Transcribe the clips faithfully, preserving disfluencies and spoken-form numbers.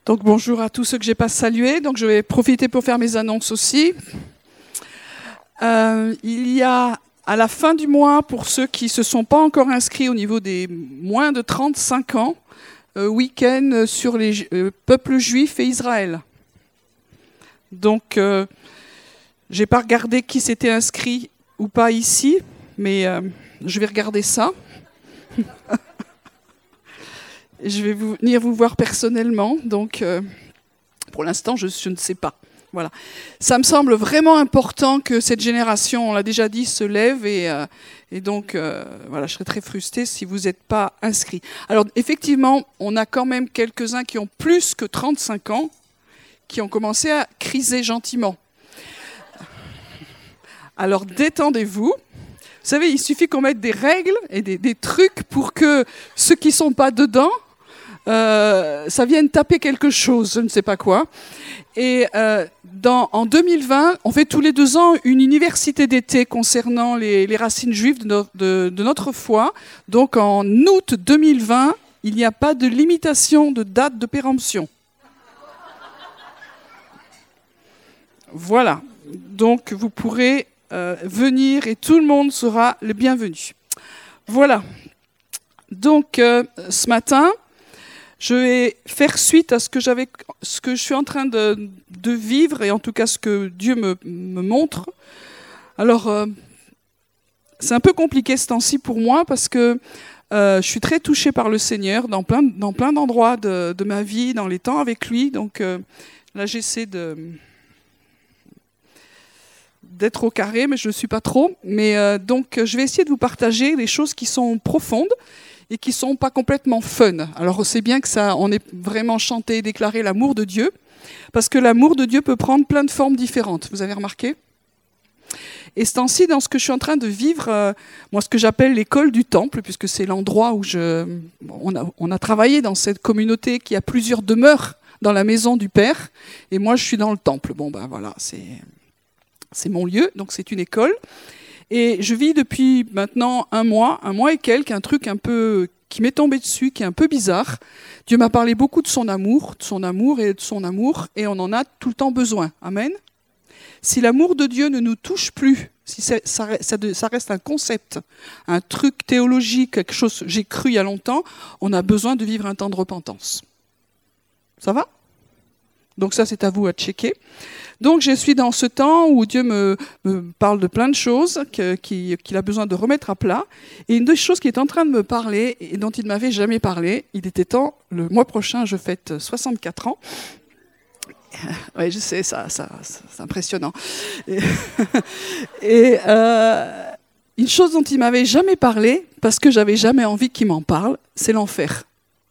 Donc bonjour à tous ceux que je n'ai pas salués. Donc je vais profiter pour faire mes annonces aussi. Euh, il y a à la fin du mois, pour ceux qui ne se sont pas encore inscrits au niveau des moins de trente-cinq ans, euh, week-end sur les euh, peuples juifs et Israël. Donc euh, je n'ai pas regardé qui s'était inscrit ou pas ici, mais euh, je vais regarder ça. Je vais vous, venir vous voir personnellement, donc euh, pour l'instant, je, je ne sais pas. Voilà. Ça me semble vraiment important que cette génération, on l'a déjà dit, se lève et, euh, et donc euh, voilà, je serais très frustrée si vous n'êtes pas inscrits. Alors effectivement, on a quand même quelques-uns qui ont plus que trente-cinq ans, qui ont commencé à criser gentiment. Alors détendez-vous. Vous savez, il suffit qu'on mette des règles et des, des trucs pour que ceux qui ne sont pas dedans, euh, ça vienne taper quelque chose, je ne sais pas quoi. Et euh, dans, en deux mille vingt, on fait tous les deux ans une université d'été concernant les, les racines juives de, no, de, de notre foi. Donc en août deux mille vingt, il n'y a pas de limitation de date de péremption. Voilà. Donc vous pourrez euh, venir et tout le monde sera le bienvenu. Voilà. Donc euh, ce matin, je vais faire suite à ce que j'avais, ce que je suis en train de, de vivre et en tout cas ce que Dieu me, me montre. Alors, euh, c'est un peu compliqué ce temps-ci pour moi parce que euh, je suis très touchée par le Seigneur dans plein, dans plein d'endroits de, de ma vie, dans les temps avec lui. Donc euh, là, j'essaie de, d'être au carré, mais je ne le suis pas trop. Mais euh, donc, je vais essayer de vous partager des choses qui sont profondes et qui ne sont pas complètement fun. Alors c'est bien que ça, on ait vraiment chanté et déclaré l'amour de Dieu, parce que l'amour de Dieu peut prendre plein de formes différentes. Vous avez remarqué ? Et ce temps-ci, dans ce que je suis en train de vivre, euh, moi ce que j'appelle l'école du temple, puisque c'est l'endroit où je, on a, on a travaillé dans cette communauté qui a plusieurs demeures dans la maison du Père, et moi je suis dans le temple. Bon ben voilà, c'est, c'est mon lieu, donc c'est une école. Et je vis depuis maintenant un mois, un mois et quelques, un truc un peu qui m'est tombé dessus, qui est un peu bizarre. Dieu m'a parlé beaucoup de son amour, de son amour et de son amour, et on en a tout le temps besoin. Amen. Si l'amour de Dieu ne nous touche plus, si ça, ça, ça reste un concept, un truc théologique, quelque chose que j'ai cru il y a longtemps, on a besoin de vivre un temps de repentance. Ça va ? Donc ça, c'est à vous à checker. Donc je suis dans ce temps où Dieu me, me parle de plein de choses que, qu'il, qu'il a besoin de remettre à plat. Et une des choses qui est en train de me parler et dont il ne m'avait jamais parlé, il était temps, le mois prochain, je fête soixante-quatre ans. Oui, je sais, ça, ça, ça, c'est impressionnant. Et, et euh, une chose dont il ne m'avait jamais parlé, parce que je n'avais jamais envie qu'il m'en parle, c'est l'enfer.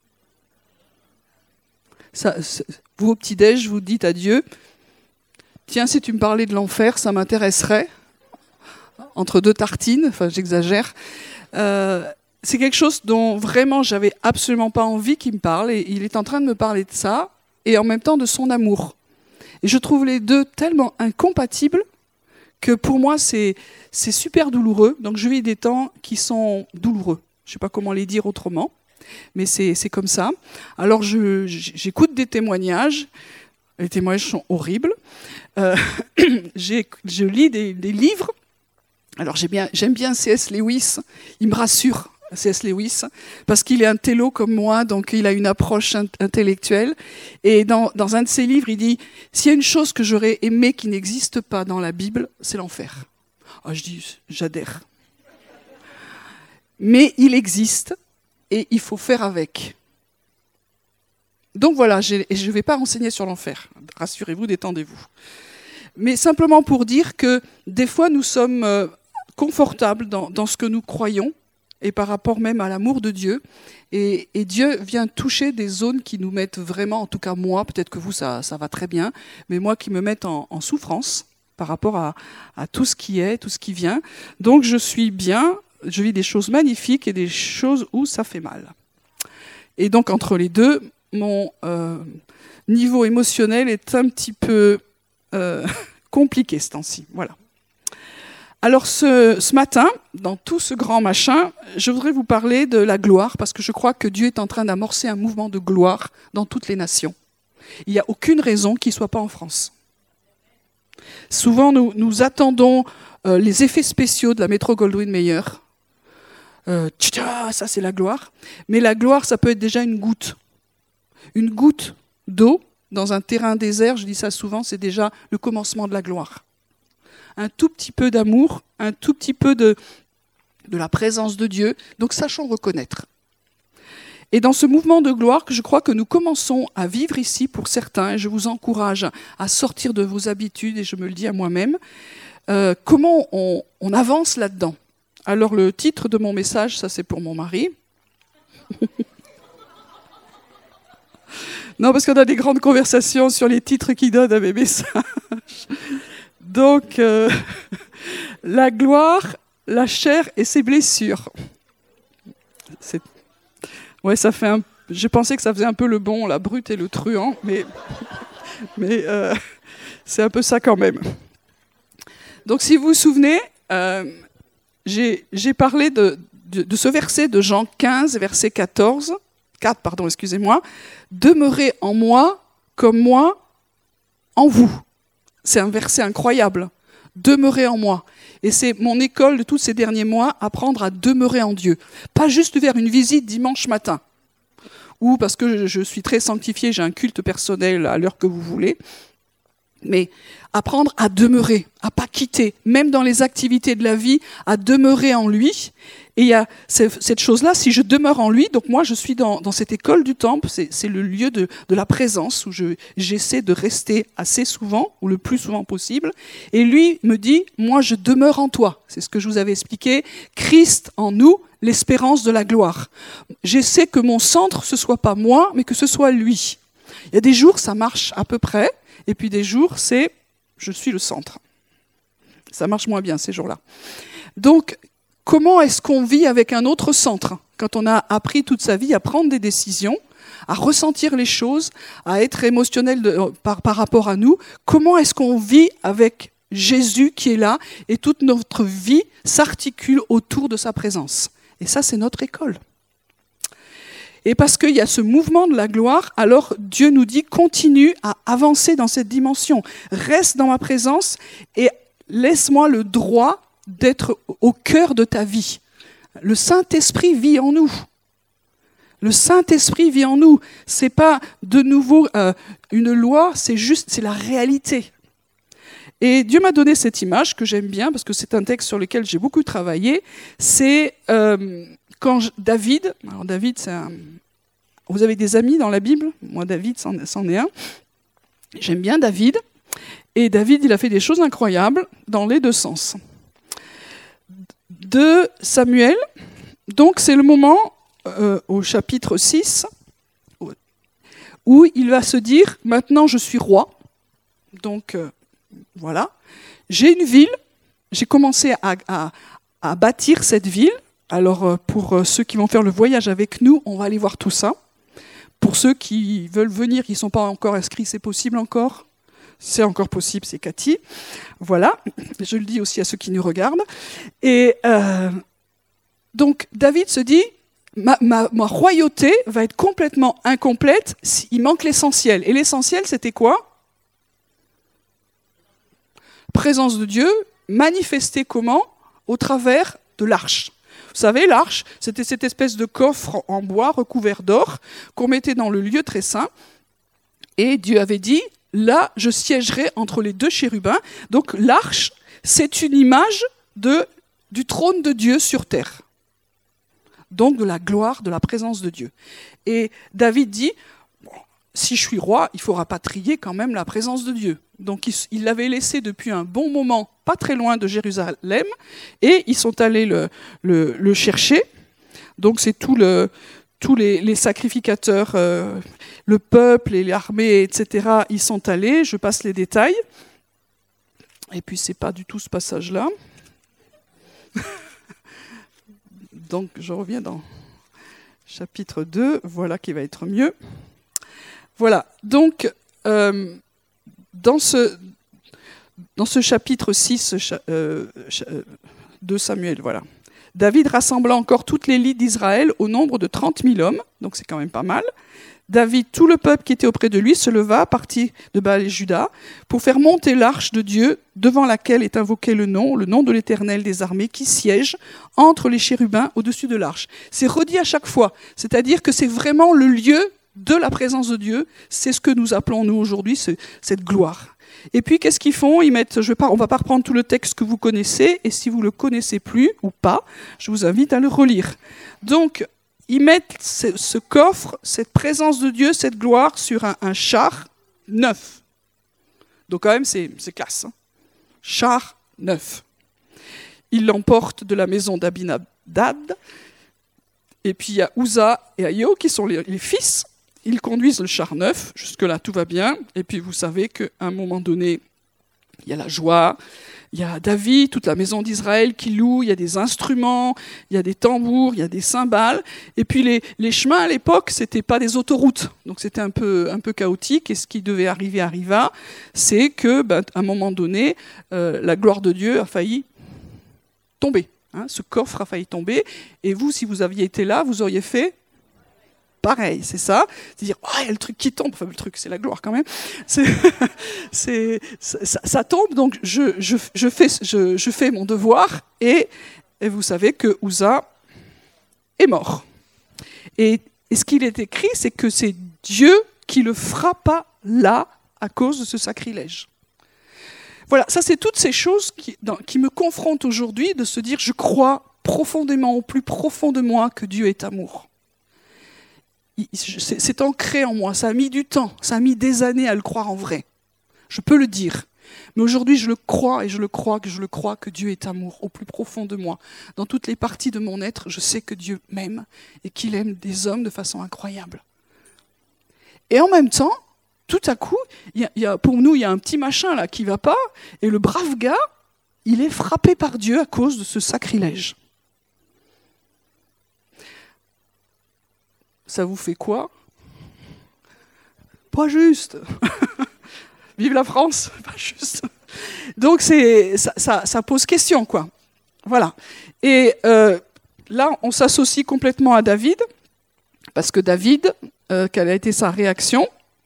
Ça, vous, au petit-déj, vous dites à Dieu, tiens, si tu me parlais de l'enfer, ça m'intéresserait. Entre deux tartines, enfin j'exagère. Euh, c'est quelque chose dont vraiment j'avais absolument pas envie qu'il me parle. Et il est en train de me parler de ça, et en même temps de son amour. Et je trouve les deux tellement incompatibles que pour moi c'est, c'est super douloureux. Donc je vis des temps qui sont douloureux. Je ne sais pas comment les dire autrement, mais c'est, c'est comme ça. Alors je, j'écoute des témoignages. Les témoignages sont horribles. Euh, j'ai, je lis des, des livres. Alors j'ai bien, j'aime bien C S Lewis. Il me rassure, C S Lewis, parce qu'il est un télo comme moi, donc il a une approche intellectuelle. Et dans, dans un de ses livres, il dit « S'il y a une chose que j'aurais aimé qui n'existe pas dans la Bible, c'est l'enfer. » Ah, je dis « J'adhère. » Mais il existe et il faut faire avec. Donc voilà, j'ai, je ne vais pas renseigner sur l'enfer. Rassurez-vous, détendez-vous. Mais simplement pour dire que des fois, nous sommes euh, confortables dans, dans ce que nous croyons et par rapport même à l'amour de Dieu. Et, et Dieu vient toucher des zones qui nous mettent vraiment, en tout cas moi, peut-être que vous, ça, ça va très bien, mais moi qui me mettent en, en souffrance par rapport à, à tout ce qui est, tout ce qui vient. Donc je suis bien, je vis des choses magnifiques et des choses où ça fait mal. Et donc entre les deux, mon euh, niveau émotionnel est un petit peu euh, compliqué ce temps-ci. Voilà. Alors ce, ce matin, dans tout ce grand machin, je voudrais vous parler de la gloire, parce que je crois que Dieu est en train d'amorcer un mouvement de gloire dans toutes les nations. Il n'y a aucune raison qu'il ne soit pas en France. Souvent, nous, nous attendons euh, les effets spéciaux de la Metro-Goldwyn-Mayer. Euh, tcha, ça, c'est la gloire. Mais la gloire, ça peut être déjà une goutte. Une goutte d'eau dans un terrain désert, je dis ça souvent, c'est déjà le commencement de la gloire. Un tout petit peu d'amour, un tout petit peu de, de la présence de Dieu. Donc, sachons reconnaître. Et dans ce mouvement de gloire, que je crois que nous commençons à vivre ici pour certains, et je vous encourage à sortir de vos habitudes, et je me le dis à moi-même, euh, comment on, on avance là-dedans. Alors le titre de mon message, ça c'est pour mon mari. Non, parce qu'on a des grandes conversations sur les titres qu'il donne à mes messages. Donc, euh, la gloire, la chair et ses blessures. C'est... Ouais, ça fait un... Je pensais que ça faisait un peu le bon, la brute et le truand, mais, mais euh, c'est un peu ça quand même. Donc, si vous vous souvenez, euh, j'ai, j'ai parlé de, de, de ce verset de Jean quinze, verset quatorze, quatre, pardon, excusez-moi. « Demeurez en moi comme moi en vous ». C'est un verset incroyable. « Demeurez en moi ». Et c'est mon école de tous ces derniers mois, apprendre à demeurer en Dieu. Pas juste faire une visite dimanche matin, ou parce que je suis très sanctifié, j'ai un culte personnel à l'heure que vous voulez, mais apprendre à demeurer, à pas quitter, même dans les activités de la vie, à demeurer en lui. Et il y a cette chose-là, si je demeure en lui, donc moi je suis dans, dans cette école du temple, c'est, c'est le lieu de, de la présence où je, j'essaie de rester assez souvent, ou le plus souvent possible. Et lui me dit, moi je demeure en toi. C'est ce que je vous avais expliqué. Christ en nous, l'espérance de la gloire. J'essaie que mon centre, ce soit pas moi, mais que ce soit lui. Il y a des jours, ça marche à peu près, et puis des jours, c'est je suis le centre. Ça marche moins bien ces jours-là. Donc, comment est-ce qu'on vit avec un autre centre quand on a appris toute sa vie à prendre des décisions, à ressentir les choses, à être émotionnel de, par, par rapport à nous? Comment est-ce qu'on vit avec Jésus qui est là et toute notre vie s'articule autour de sa présence? Et ça, c'est notre école. Et parce qu'il y a ce mouvement de la gloire, alors Dieu nous dit, continue à avancer dans cette dimension. Reste dans ma présence et laisse-moi le droit d'être au cœur de ta vie. Le Saint-Esprit vit en nous. Le Saint-Esprit vit en nous. C'est pas de nouveau euh, une loi, c'est juste, c'est la réalité. Et Dieu m'a donné cette image que j'aime bien parce que c'est un texte sur lequel j'ai beaucoup travaillé. C'est euh, quand je, David, alors David, c'est un, vous avez des amis dans la Bible? Moi, David, c'en, c'en est un. J'aime bien David. Et David, il a fait des choses incroyables dans les deux sens. De Samuel, donc c'est le moment euh, au chapitre six où il va se dire, maintenant je suis roi, donc euh, voilà, j'ai une ville, j'ai commencé à, à, à bâtir cette ville. Alors pour ceux qui vont faire le voyage avec nous, on va aller voir tout ça. Pour ceux qui veulent venir, qui ne sont pas encore inscrits, c'est possible encore. C'est encore possible, c'est Cathy. Voilà, je le dis aussi à ceux qui nous regardent. Et euh, donc David se dit, ma, ma, ma royauté va être complètement incomplète s'il manque l'essentiel. Et l'essentiel, c'était quoi? Présence de Dieu, manifestée comment? Au travers de l'arche. Vous savez, l'arche, c'était cette espèce de coffre en bois recouvert d'or qu'on mettait dans le lieu très saint. Et Dieu avait dit, là, je siégerai entre les deux chérubins. Donc l'arche, c'est une image de, du trône de Dieu sur terre. Donc de la gloire, de la présence de Dieu. Et David dit, bon, si je suis roi, il faut rapatrier quand même la présence de Dieu. Donc il l'avait laissé depuis un bon moment, pas très loin de Jérusalem, et ils sont allés le, le, le chercher. Donc c'est tout le... tous les, les sacrificateurs, euh, le peuple et l'armée, et cetera, ils sont allés, je passe les détails. Et puis, ce n'est pas du tout ce passage-là. Donc, je reviens dans chapitre deux, voilà qui va être mieux. Voilà, donc, euh, dans, ce, dans ce chapitre six euh, de Samuel, voilà. David rassembla encore toute l'élite d'Israël au nombre de trente mille hommes, donc c'est quand même pas mal. David, tout le peuple qui était auprès de lui, se leva, partit de Baal et Juda, pour faire monter l'arche de Dieu, devant laquelle est invoqué le nom, le nom de l'Éternel des armées, qui siège entre les chérubins au-dessus de l'arche. C'est redit à chaque fois, c'est-à-dire que c'est vraiment le lieu de la présence de Dieu, c'est ce que nous appelons nous aujourd'hui, cette gloire. Et puis qu'est-ce qu'ils font? Ils mettent, je vais pas, on ne va pas reprendre tout le texte que vous connaissez, et si vous ne le connaissez plus ou pas, je vous invite à le relire. Donc, ils mettent ce, ce coffre, cette présence de Dieu, cette gloire sur un, un char neuf. Donc quand même, c'est, c'est classe. Hein. Char neuf. Ils l'emportent de la maison d'Abinadab. Et puis il y a Uza et Ahio qui sont les, les fils. Ils conduisent le char neuf. Jusque-là, tout va bien. Et puis vous savez qu'à un moment donné, il y a la joie. Il y a David, toute la maison d'Israël qui loue, il y a des instruments, il y a des tambours, il y a des cymbales. Et puis les, les chemins à l'époque, ce n'étaient pas des autoroutes, donc c'était un peu, un peu chaotique. Et ce qui devait arriver arriva, c'est qu'à ben, un moment donné, euh, la gloire de Dieu a failli tomber. Hein, ce coffre a failli tomber. Et vous, si vous aviez été là, vous auriez fait pareil, c'est ça. C'est-à-dire, oh, il y a le truc qui tombe. Enfin, le truc, c'est la gloire quand même. C'est, c'est, ça, ça tombe, donc je, je, je, fais, je, je fais mon devoir. Et, et vous savez que Uza est mort. Et, et ce qu'il est écrit, c'est que c'est Dieu qui le frappa là à cause de ce sacrilège. Voilà, ça c'est toutes ces choses qui, dans, qui me confrontent aujourd'hui, de se dire, je crois profondément, au plus profond de moi, que Dieu est amour. C'est ancré en moi, ça a mis du temps, ça a mis des années à le croire en vrai. Je peux le dire. Mais aujourd'hui, je le crois et je le crois que je le crois que Dieu est amour au plus profond de moi. Dans toutes les parties de mon être, je sais que Dieu m'aime et qu'il aime des hommes de façon incroyable. Et en même temps, tout à coup, y a, y a, pour nous, il y a un petit machin là qui ne va pas et le brave gars, il est frappé par Dieu à cause de ce sacrilège. Ça vous fait quoi? Pas juste. Vive la France, pas juste. Donc c'est, ça, ça, ça pose question, quoi. Voilà. Et euh, là, on s'associe complètement à David, parce que David, euh, quelle a été sa réaction?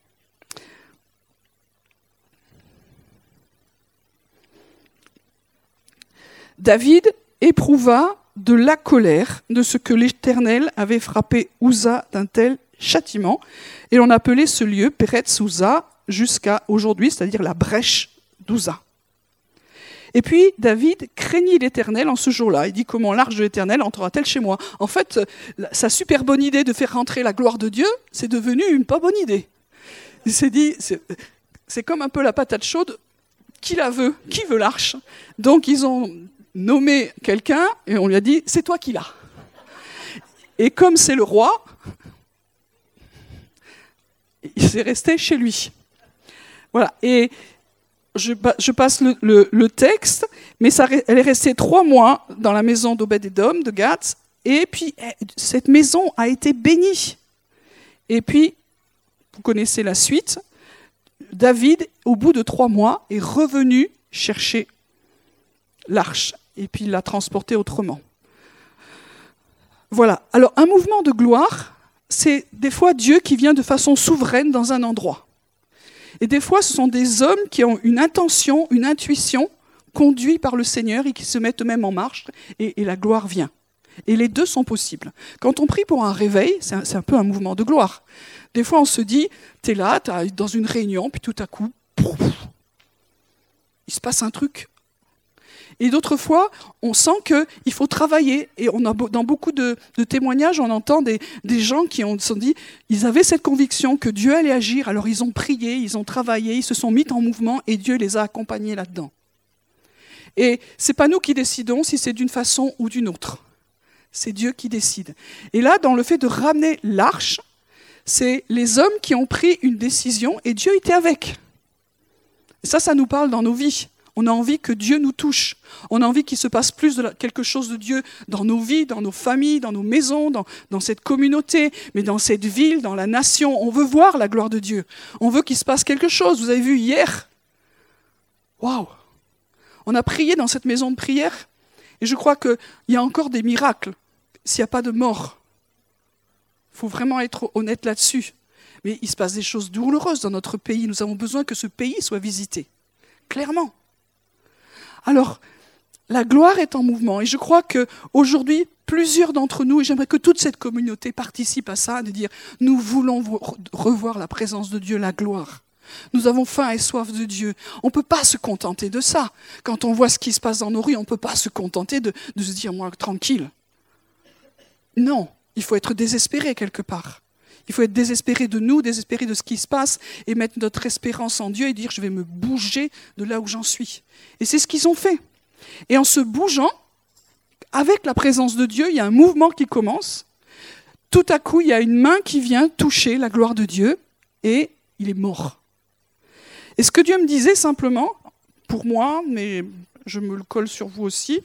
David éprouva de la colère de ce que l'Éternel avait frappé Uza d'un tel châtiment, et l'on appelait ce lieu Peretz Uza jusqu'à aujourd'hui, c'est-à-dire la brèche d'Uza. Et puis David craignit l'Éternel en ce jour-là. Il dit, comment l'arche de l'Éternel entrera-t-elle chez moi? En fait, sa super bonne idée de faire rentrer la gloire de Dieu, c'est devenu une pas bonne idée. Il s'est dit, c'est, c'est comme un peu la patate chaude, qui la veut? Qui veut l'arche? Donc ils ont nommé quelqu'un et on lui a dit, c'est toi qui l'as. Et comme c'est le roi, il s'est resté chez lui. Voilà. Et je, je passe le, le, le texte, mais ça, elle est restée trois mois dans la maison d'Obed-Édom, de Gath, et puis cette maison a été bénie. Et puis, vous connaissez la suite, David, au bout de trois mois, est revenu chercher l'arche, et puis il l'a transportée autrement. Voilà. Alors, un mouvement de gloire, c'est des fois Dieu qui vient de façon souveraine dans un endroit. Et des fois, ce sont des hommes qui ont une intention, une intuition, conduits par le Seigneur et qui se mettent eux-mêmes en marche, et, et la gloire vient. Et les deux sont possibles. Quand on prie pour un réveil, c'est un, c'est un peu un mouvement de gloire. Des fois, on se dit, t'es là, t'es dans une réunion, puis tout à coup, pouf, il se passe un truc. Et d'autres fois, on sent qu'il faut travailler. Et on a, dans beaucoup de, de témoignages, on entend des, des gens qui ont, se sont dit, ils avaient cette conviction que Dieu allait agir, alors ils ont prié, ils ont travaillé, ils se sont mis en mouvement et Dieu les a accompagnés là-dedans. Et ce n'est pas nous qui décidons si c'est d'une façon ou d'une autre. C'est Dieu qui décide. Et là, dans le fait de ramener l'arche, c'est les hommes qui ont pris une décision et Dieu était avec. Et ça, ça nous parle dans nos vies. On a envie que Dieu nous touche. On a envie qu'il se passe plus de la, quelque chose de Dieu dans nos vies, dans nos familles, dans nos maisons, dans, dans cette communauté, mais dans cette ville, dans la nation. On veut voir la gloire de Dieu. On veut qu'il se passe quelque chose. Vous avez vu hier? Waouh! On a prié dans cette maison de prière Et je crois qu'il y a encore des miracles s'il n'y a pas de mort. Il faut vraiment être honnête là-dessus. Mais il se passe des choses douloureuses dans notre pays. Nous avons besoin que ce pays soit visité. Clairement. Alors, la gloire est en mouvement. Et je crois qu'aujourd'hui, plusieurs d'entre nous, et j'aimerais que toute cette communauté participe à ça, de dire, nous voulons revoir la présence de Dieu, la gloire. Nous avons faim et soif de Dieu. On ne peut pas se contenter de ça. Quand on voit ce qui se passe dans nos rues, on ne peut pas se contenter de, de se dire, moi, tranquille. Non, il faut être désespéré quelque part. Il faut être désespéré de nous, désespéré de ce qui se passe et mettre notre espérance en Dieu et dire, je vais me bouger de là où j'en suis. Et c'est ce qu'ils ont fait. Et en se bougeant, avec la présence de Dieu, il y a un mouvement qui commence. Tout à coup, il y a une main qui vient toucher la gloire de Dieu et il est mort. Et ce que Dieu me disait simplement, pour moi, mais je me le colle sur vous aussi,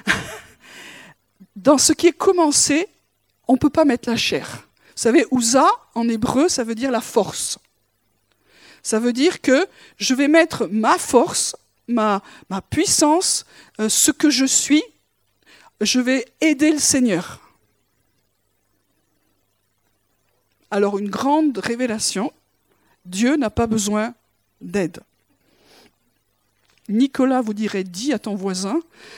dans ce qui est commencé, on ne peut pas mettre la chair. Vous savez, Uza, en hébreu, ça veut dire la force. Ça veut dire que je vais mettre ma force, ma, ma puissance, euh, ce que je suis, je vais aider le Seigneur. Alors, une grande révélation, Dieu n'a pas besoin d'aide. Nicolas vous dirait, dis à ton voisin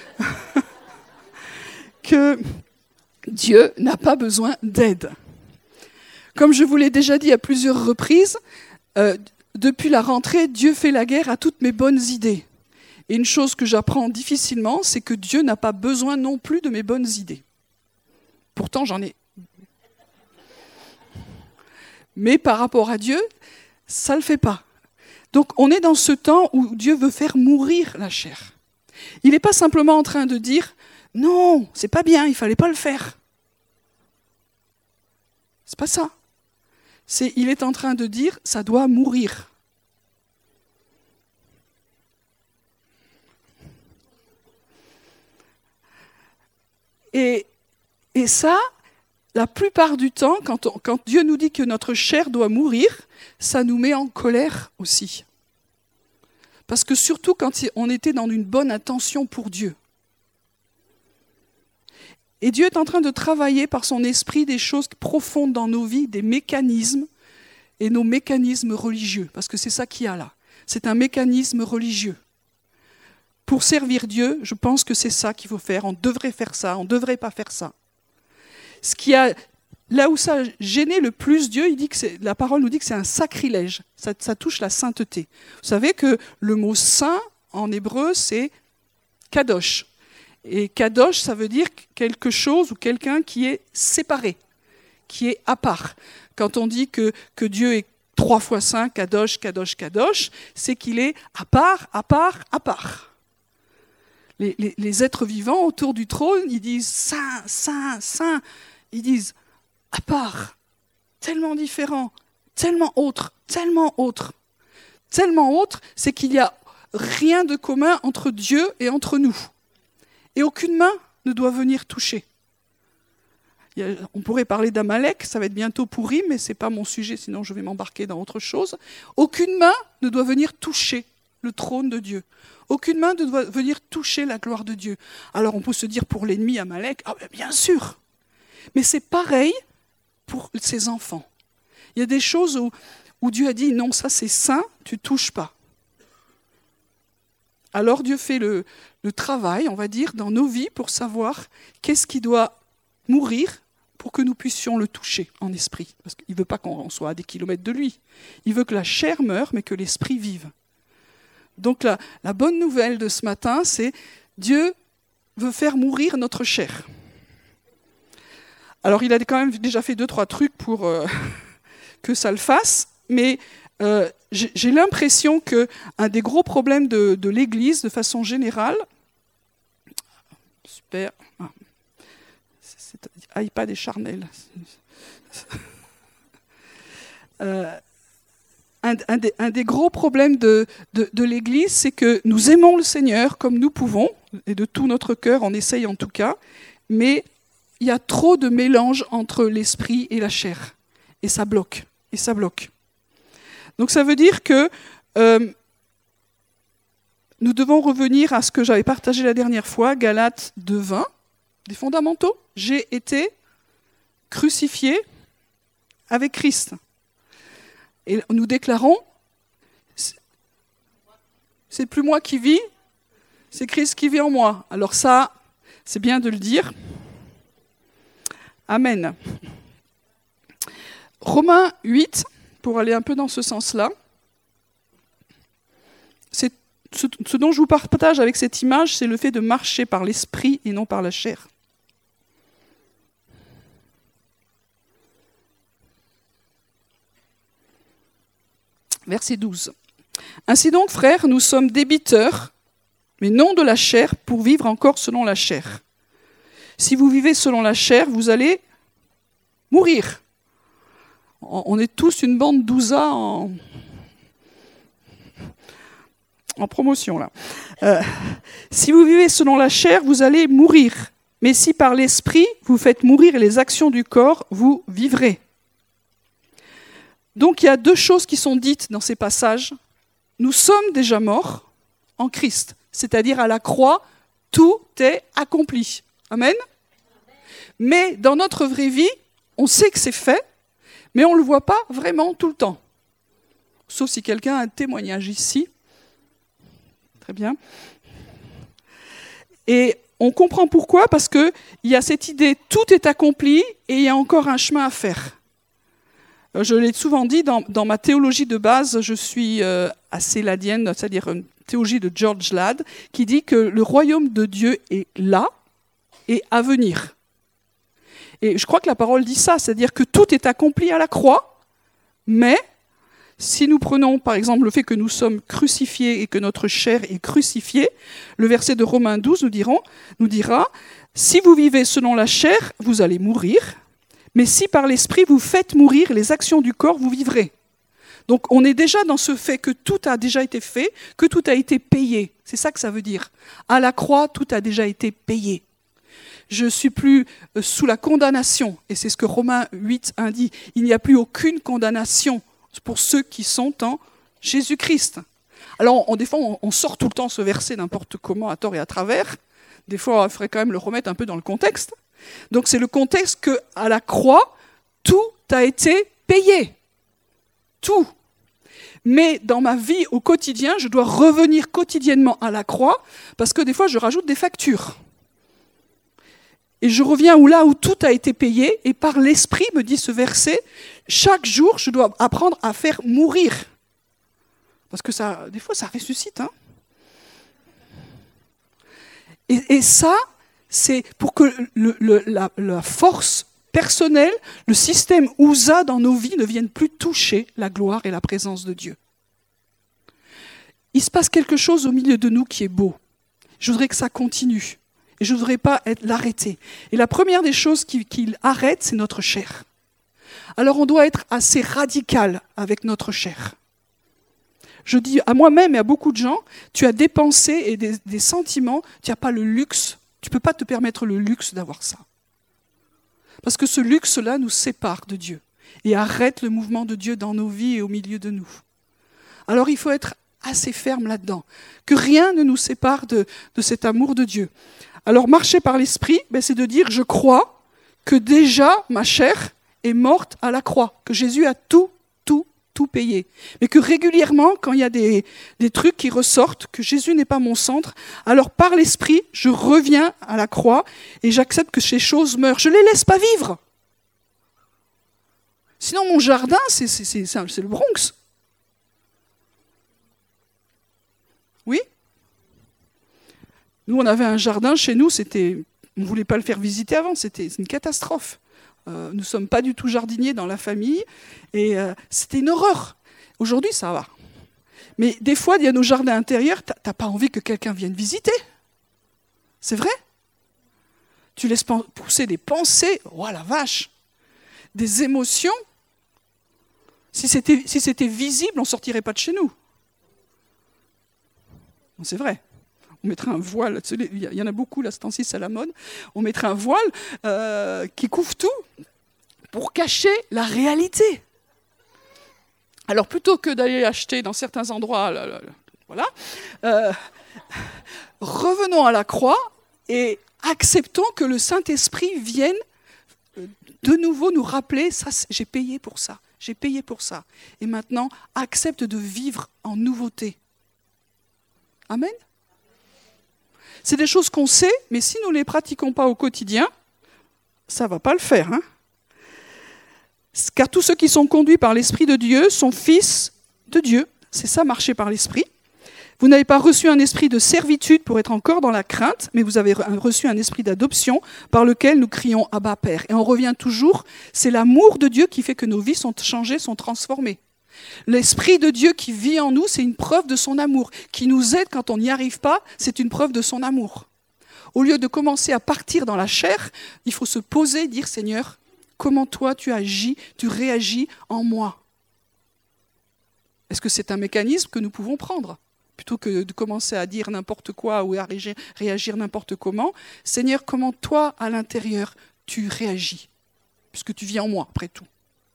que Dieu n'a pas besoin d'aide. Comme je vous l'ai déjà dit à plusieurs reprises, euh, depuis la rentrée, Dieu fait la guerre à toutes mes bonnes idées. Et une chose que j'apprends difficilement, c'est que Dieu n'a pas besoin non plus de mes bonnes idées. Pourtant, j'en ai. Mais par rapport à Dieu, ça ne le fait pas. Donc on est dans ce temps où Dieu veut faire mourir la chair. Il n'est pas simplement en train de dire « Non, c'est pas bien, il ne fallait pas le faire ». C'est pas ça. C'est, il est en train de dire « Ça doit mourir ». Et, et ça, la plupart du temps, quand, on, quand Dieu nous dit que notre chair doit mourir, ça nous met en colère aussi. Parce que surtout quand on était dans une bonne intention pour Dieu. Et Dieu est en train de travailler par son esprit des choses profondes dans nos vies, des mécanismes, et nos mécanismes religieux. Parce que c'est ça qu'il y a là. C'est un mécanisme religieux. Pour servir Dieu, je pense que c'est ça qu'il faut faire. On devrait faire ça, on ne devrait pas faire ça. Ce qui a, là où ça a gêné le plus Dieu, il dit que c'est, la parole nous dit que c'est un sacrilège. Ça, ça touche la sainteté. Vous savez que le mot saint, en hébreu, c'est kadosh. Et kadosh, ça veut dire quelque chose ou quelqu'un qui est séparé, qui est à part. Quand on dit que, que Dieu est trois fois saint, kadosh, kadosh, kadosh, c'est qu'il est à part, à part, à part. Les, les, les êtres vivants autour du trône, ils disent saint, saint, saint. Ils disent à part, tellement différent, tellement autre, tellement autre. Tellement autre, c'est qu'il n'y a rien de commun entre Dieu et entre nous. Et aucune main ne doit venir toucher. Il y a, on pourrait parler d'Amalek, ça va être bientôt pourri, mais ce n'est pas mon sujet, sinon je vais m'embarquer dans autre chose. Aucune main ne doit venir toucher le trône de Dieu. Aucune main ne doit venir toucher la gloire de Dieu. Alors on peut se dire pour l'ennemi Amalek, ah ben bien sûr. Mais c'est pareil pour ses enfants. Il y a des choses où, où Dieu a dit, non, ça c'est saint, tu ne touches pas. Alors Dieu fait le, le travail, on va dire, dans nos vies pour savoir qu'est-ce qui doit mourir pour que nous puissions le toucher en esprit. Parce qu'il ne veut pas qu'on soit à des kilomètres de lui. Il veut que la chair meure, mais que l'esprit vive. Donc la, la bonne nouvelle de ce matin, c'est Dieu veut faire mourir notre chair. Alors il a quand même déjà fait deux, trois trucs pour euh, que ça le fasse, mais euh, j'ai, j'ai l'impression qu'un des gros problèmes de, de l'Église, de façon générale, super, ah, c'est, c'est, iPad et charnel. euh, Un, un, des, un des gros problèmes de, de, de l'Église, c'est que nous aimons le Seigneur comme nous pouvons, et de tout notre cœur, on essaye en tout cas, mais il y a trop de mélange entre l'esprit et la chair. Et ça bloque, et ça bloque. Donc ça veut dire que, euh, nous devons revenir à ce que j'avais partagé la dernière fois, Galates deux vingt, des fondamentaux. J'ai été crucifié avec Christ. Et nous déclarons, c'est plus moi qui vis, c'est Christ qui vit en moi. Alors ça, c'est bien de le dire. Amen. Romains huit, pour aller un peu dans ce sens-là, c'est ce, ce dont je vous partage avec cette image, c'est le fait de marcher par l'esprit et non par la chair. Verset douze. Ainsi donc, frères, nous sommes débiteurs, mais non de la chair, pour vivre encore selon la chair. Si vous vivez selon la chair, vous allez mourir. On est tous une bande d'ouzas en, en promotion, là. Euh, si vous vivez selon la chair, vous allez mourir. Mais si par l'esprit, vous faites mourir les actions du corps, vous vivrez. Donc il y a deux choses qui sont dites dans ces passages. Nous sommes déjà morts en Christ, c'est-à-dire à la croix, tout est accompli. Amen. Mais dans notre vraie vie, on sait que c'est fait, mais on ne le voit pas vraiment tout le temps. Sauf si quelqu'un a un témoignage ici. Très bien. Et on comprend pourquoi, parce qu'il y a cette idée, tout est accompli et il y a encore un chemin à faire. Je l'ai souvent dit, dans, dans ma théologie de base, je suis euh, assez ladienne, c'est-à-dire une théologie de George Ladd, qui dit que le royaume de Dieu est là et à venir. Et je crois que la parole dit ça, c'est-à-dire que tout est accompli à la croix, mais si nous prenons par exemple le fait que nous sommes crucifiés et que notre chair est crucifiée, le verset de Romains douze nous, dirons, nous dira « Si vous vivez selon la chair, vous allez mourir ». Mais si par l'esprit vous faites mourir les actions du corps, vous vivrez. Donc on est déjà dans ce fait que tout a déjà été fait, que tout a été payé. C'est ça que ça veut dire. À la croix, tout a déjà été payé. Je ne suis plus sous la condamnation. Et c'est ce que Romains huit indique. Il n'y a plus aucune condamnation pour ceux qui sont en Jésus-Christ. Alors on, des fois, on, on sort tout le temps ce verset n'importe comment, à tort et à travers. Des fois, il faudrait quand même le remettre un peu dans le contexte. Donc c'est le contexte qu'à la croix, tout a été payé. Tout. Mais dans ma vie au quotidien, je dois revenir quotidiennement à la croix parce que des fois, je rajoute des factures. Et je reviens où là où tout a été payé et par l'esprit, me dit ce verset, chaque jour, je dois apprendre à faire mourir. Parce que ça, des fois, ça ressuscite. Hein. Et, et ça... c'est pour que le, le, la, la force personnelle, le système ouza dans nos vies ne vienne plus toucher la gloire et la présence de Dieu. Il se passe quelque chose au milieu de nous qui est beau. Je voudrais que ça continue. Et je ne voudrais pas être, l'arrêter. Et la première des choses qu'il qui arrête, c'est notre chair. Alors on doit être assez radical avec notre chair. Je dis à moi-même et à beaucoup de gens, tu as des pensées et des, des sentiments, tu n'as pas le luxe. Tu ne peux pas te permettre le luxe d'avoir ça. Parce que ce luxe-là nous sépare de Dieu et arrête le mouvement de Dieu dans nos vies et au milieu de nous. Alors il faut être assez ferme là-dedans, que rien ne nous sépare de, de cet amour de Dieu. Alors marcher par l'esprit, ben, c'est de dire je crois que déjà ma chair est morte à la croix, que Jésus a tout, tout, tout payé. Mais que régulièrement, quand il y a des, des trucs qui ressortent, que Jésus n'est pas mon centre, alors par l'esprit, je reviens à la croix et j'accepte que ces choses meurent. Je ne les laisse pas vivre. Sinon, mon jardin, c'est, c'est, c'est, c'est le Bronx. Oui ? Nous, on avait un jardin chez nous, c'était, on ne voulait pas le faire visiter avant, c'était une catastrophe. Euh, nous ne sommes pas du tout jardiniers dans la famille, et euh, c'était une horreur. Aujourd'hui, ça va. Mais des fois, il y a nos jardins intérieurs, tu n'as pas envie que quelqu'un vienne visiter. C'est vrai ? Tu laisses pousser des pensées, oh la vache, des émotions. Si c'était, si c'était visible, on ne sortirait pas de chez nous. Non, c'est vrai. On mettrait un voile, il y en a beaucoup là, ce temps-ci, c'est à la mode. On mettrait un voile euh, qui couvre tout pour cacher la réalité. Alors plutôt que d'aller acheter dans certains endroits, là, là, là, voilà, euh, revenons à la croix et acceptons que le Saint-Esprit vienne de nouveau nous rappeler, ça, j'ai payé pour ça, j'ai payé pour ça. Et maintenant, accepte de vivre en nouveauté. Amen. C'est des choses qu'on sait, mais si nous ne les pratiquons pas au quotidien, ça ne va pas le faire. Hein. Car tous ceux qui sont conduits par l'Esprit de Dieu sont fils de Dieu. C'est ça, marcher par l'Esprit. Vous n'avez pas reçu un esprit de servitude pour être encore dans la crainte, mais vous avez reçu un esprit d'adoption par lequel nous crions « Abba, Père ». Et on revient toujours, c'est l'amour de Dieu qui fait que nos vies sont changées, sont transformées. L'Esprit de Dieu qui vit en nous, c'est une preuve de son amour. Qui nous aide quand on n'y arrive pas, c'est une preuve de son amour. Au lieu de commencer à partir dans la chair, il faut se poser et dire « Seigneur, comment toi tu agis, tu réagis en moi ?» Est-ce que c'est un mécanisme que nous pouvons prendre ? Plutôt que de commencer à dire n'importe quoi ou à réagir, réagir n'importe comment, Seigneur, comment toi, à l'intérieur, tu réagis ? Puisque tu vis en moi, après tout.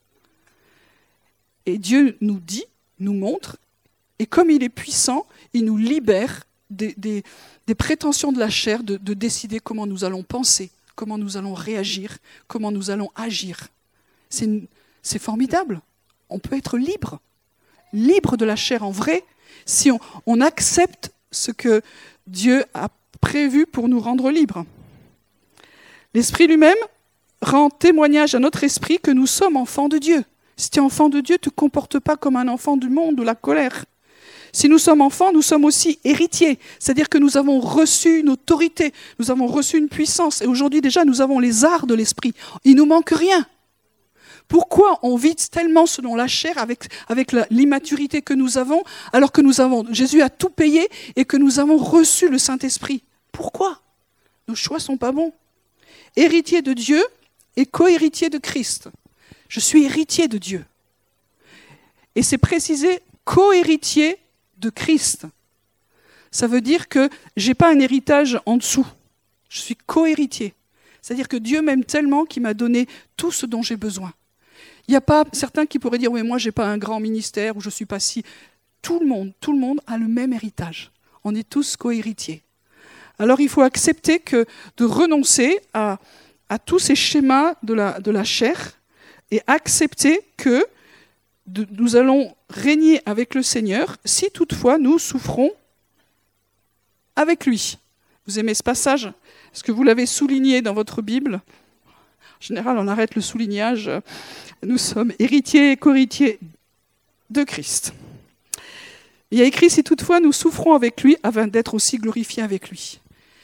Et Dieu nous dit, nous montre, et comme il est puissant, il nous libère des, des, des prétentions de la chair de, de décider comment nous allons penser, comment nous allons réagir, comment nous allons agir. C'est, une, c'est formidable. On peut être libre, libre de la chair en vrai, si on, on accepte ce que Dieu a prévu pour nous rendre libres. L'Esprit lui-même rend témoignage à notre esprit que nous sommes enfants de Dieu. Si tu es enfant de Dieu, ne te comporte pas comme un enfant du monde ou la colère. Si nous sommes enfants, nous sommes aussi héritiers. C'est-à-dire que nous avons reçu une autorité, nous avons reçu une puissance. Et aujourd'hui déjà, nous avons les arts de l'esprit. Il ne nous manque rien. Pourquoi on vit tellement selon la chair avec, avec la, l'immaturité que nous avons, alors que nous avons, Jésus a tout payé et que nous avons reçu le Saint-Esprit ? Pourquoi ? Nos choix ne sont pas bons. Héritier de Dieu et co-héritier de Christ. Je suis héritier de Dieu. Et c'est précisé co-héritier de Christ. Ça veut dire que je n'ai pas un héritage en dessous. Je suis co-héritier. C'est-à-dire que Dieu m'aime tellement qu'il m'a donné tout ce dont j'ai besoin. Il n'y a pas certains qui pourraient dire « oui, moi, je n'ai pas un grand ministère ou je ne suis pas si… » Tout le monde, tout le monde a le même héritage. On est tous co-héritiers. Alors, il faut accepter que de renoncer à, à tous ces schémas de la, de la chair et accepter que de, nous allons régner avec le Seigneur si toutefois nous souffrons avec lui. Vous aimez ce passage ? Est-ce que vous l'avez souligné dans votre Bible ? En général, on arrête le soulignage. Nous sommes héritiers et co-héritiers de Christ. Il y a écrit « Si toutefois nous souffrons avec lui, afin d'être aussi glorifiés avec lui ».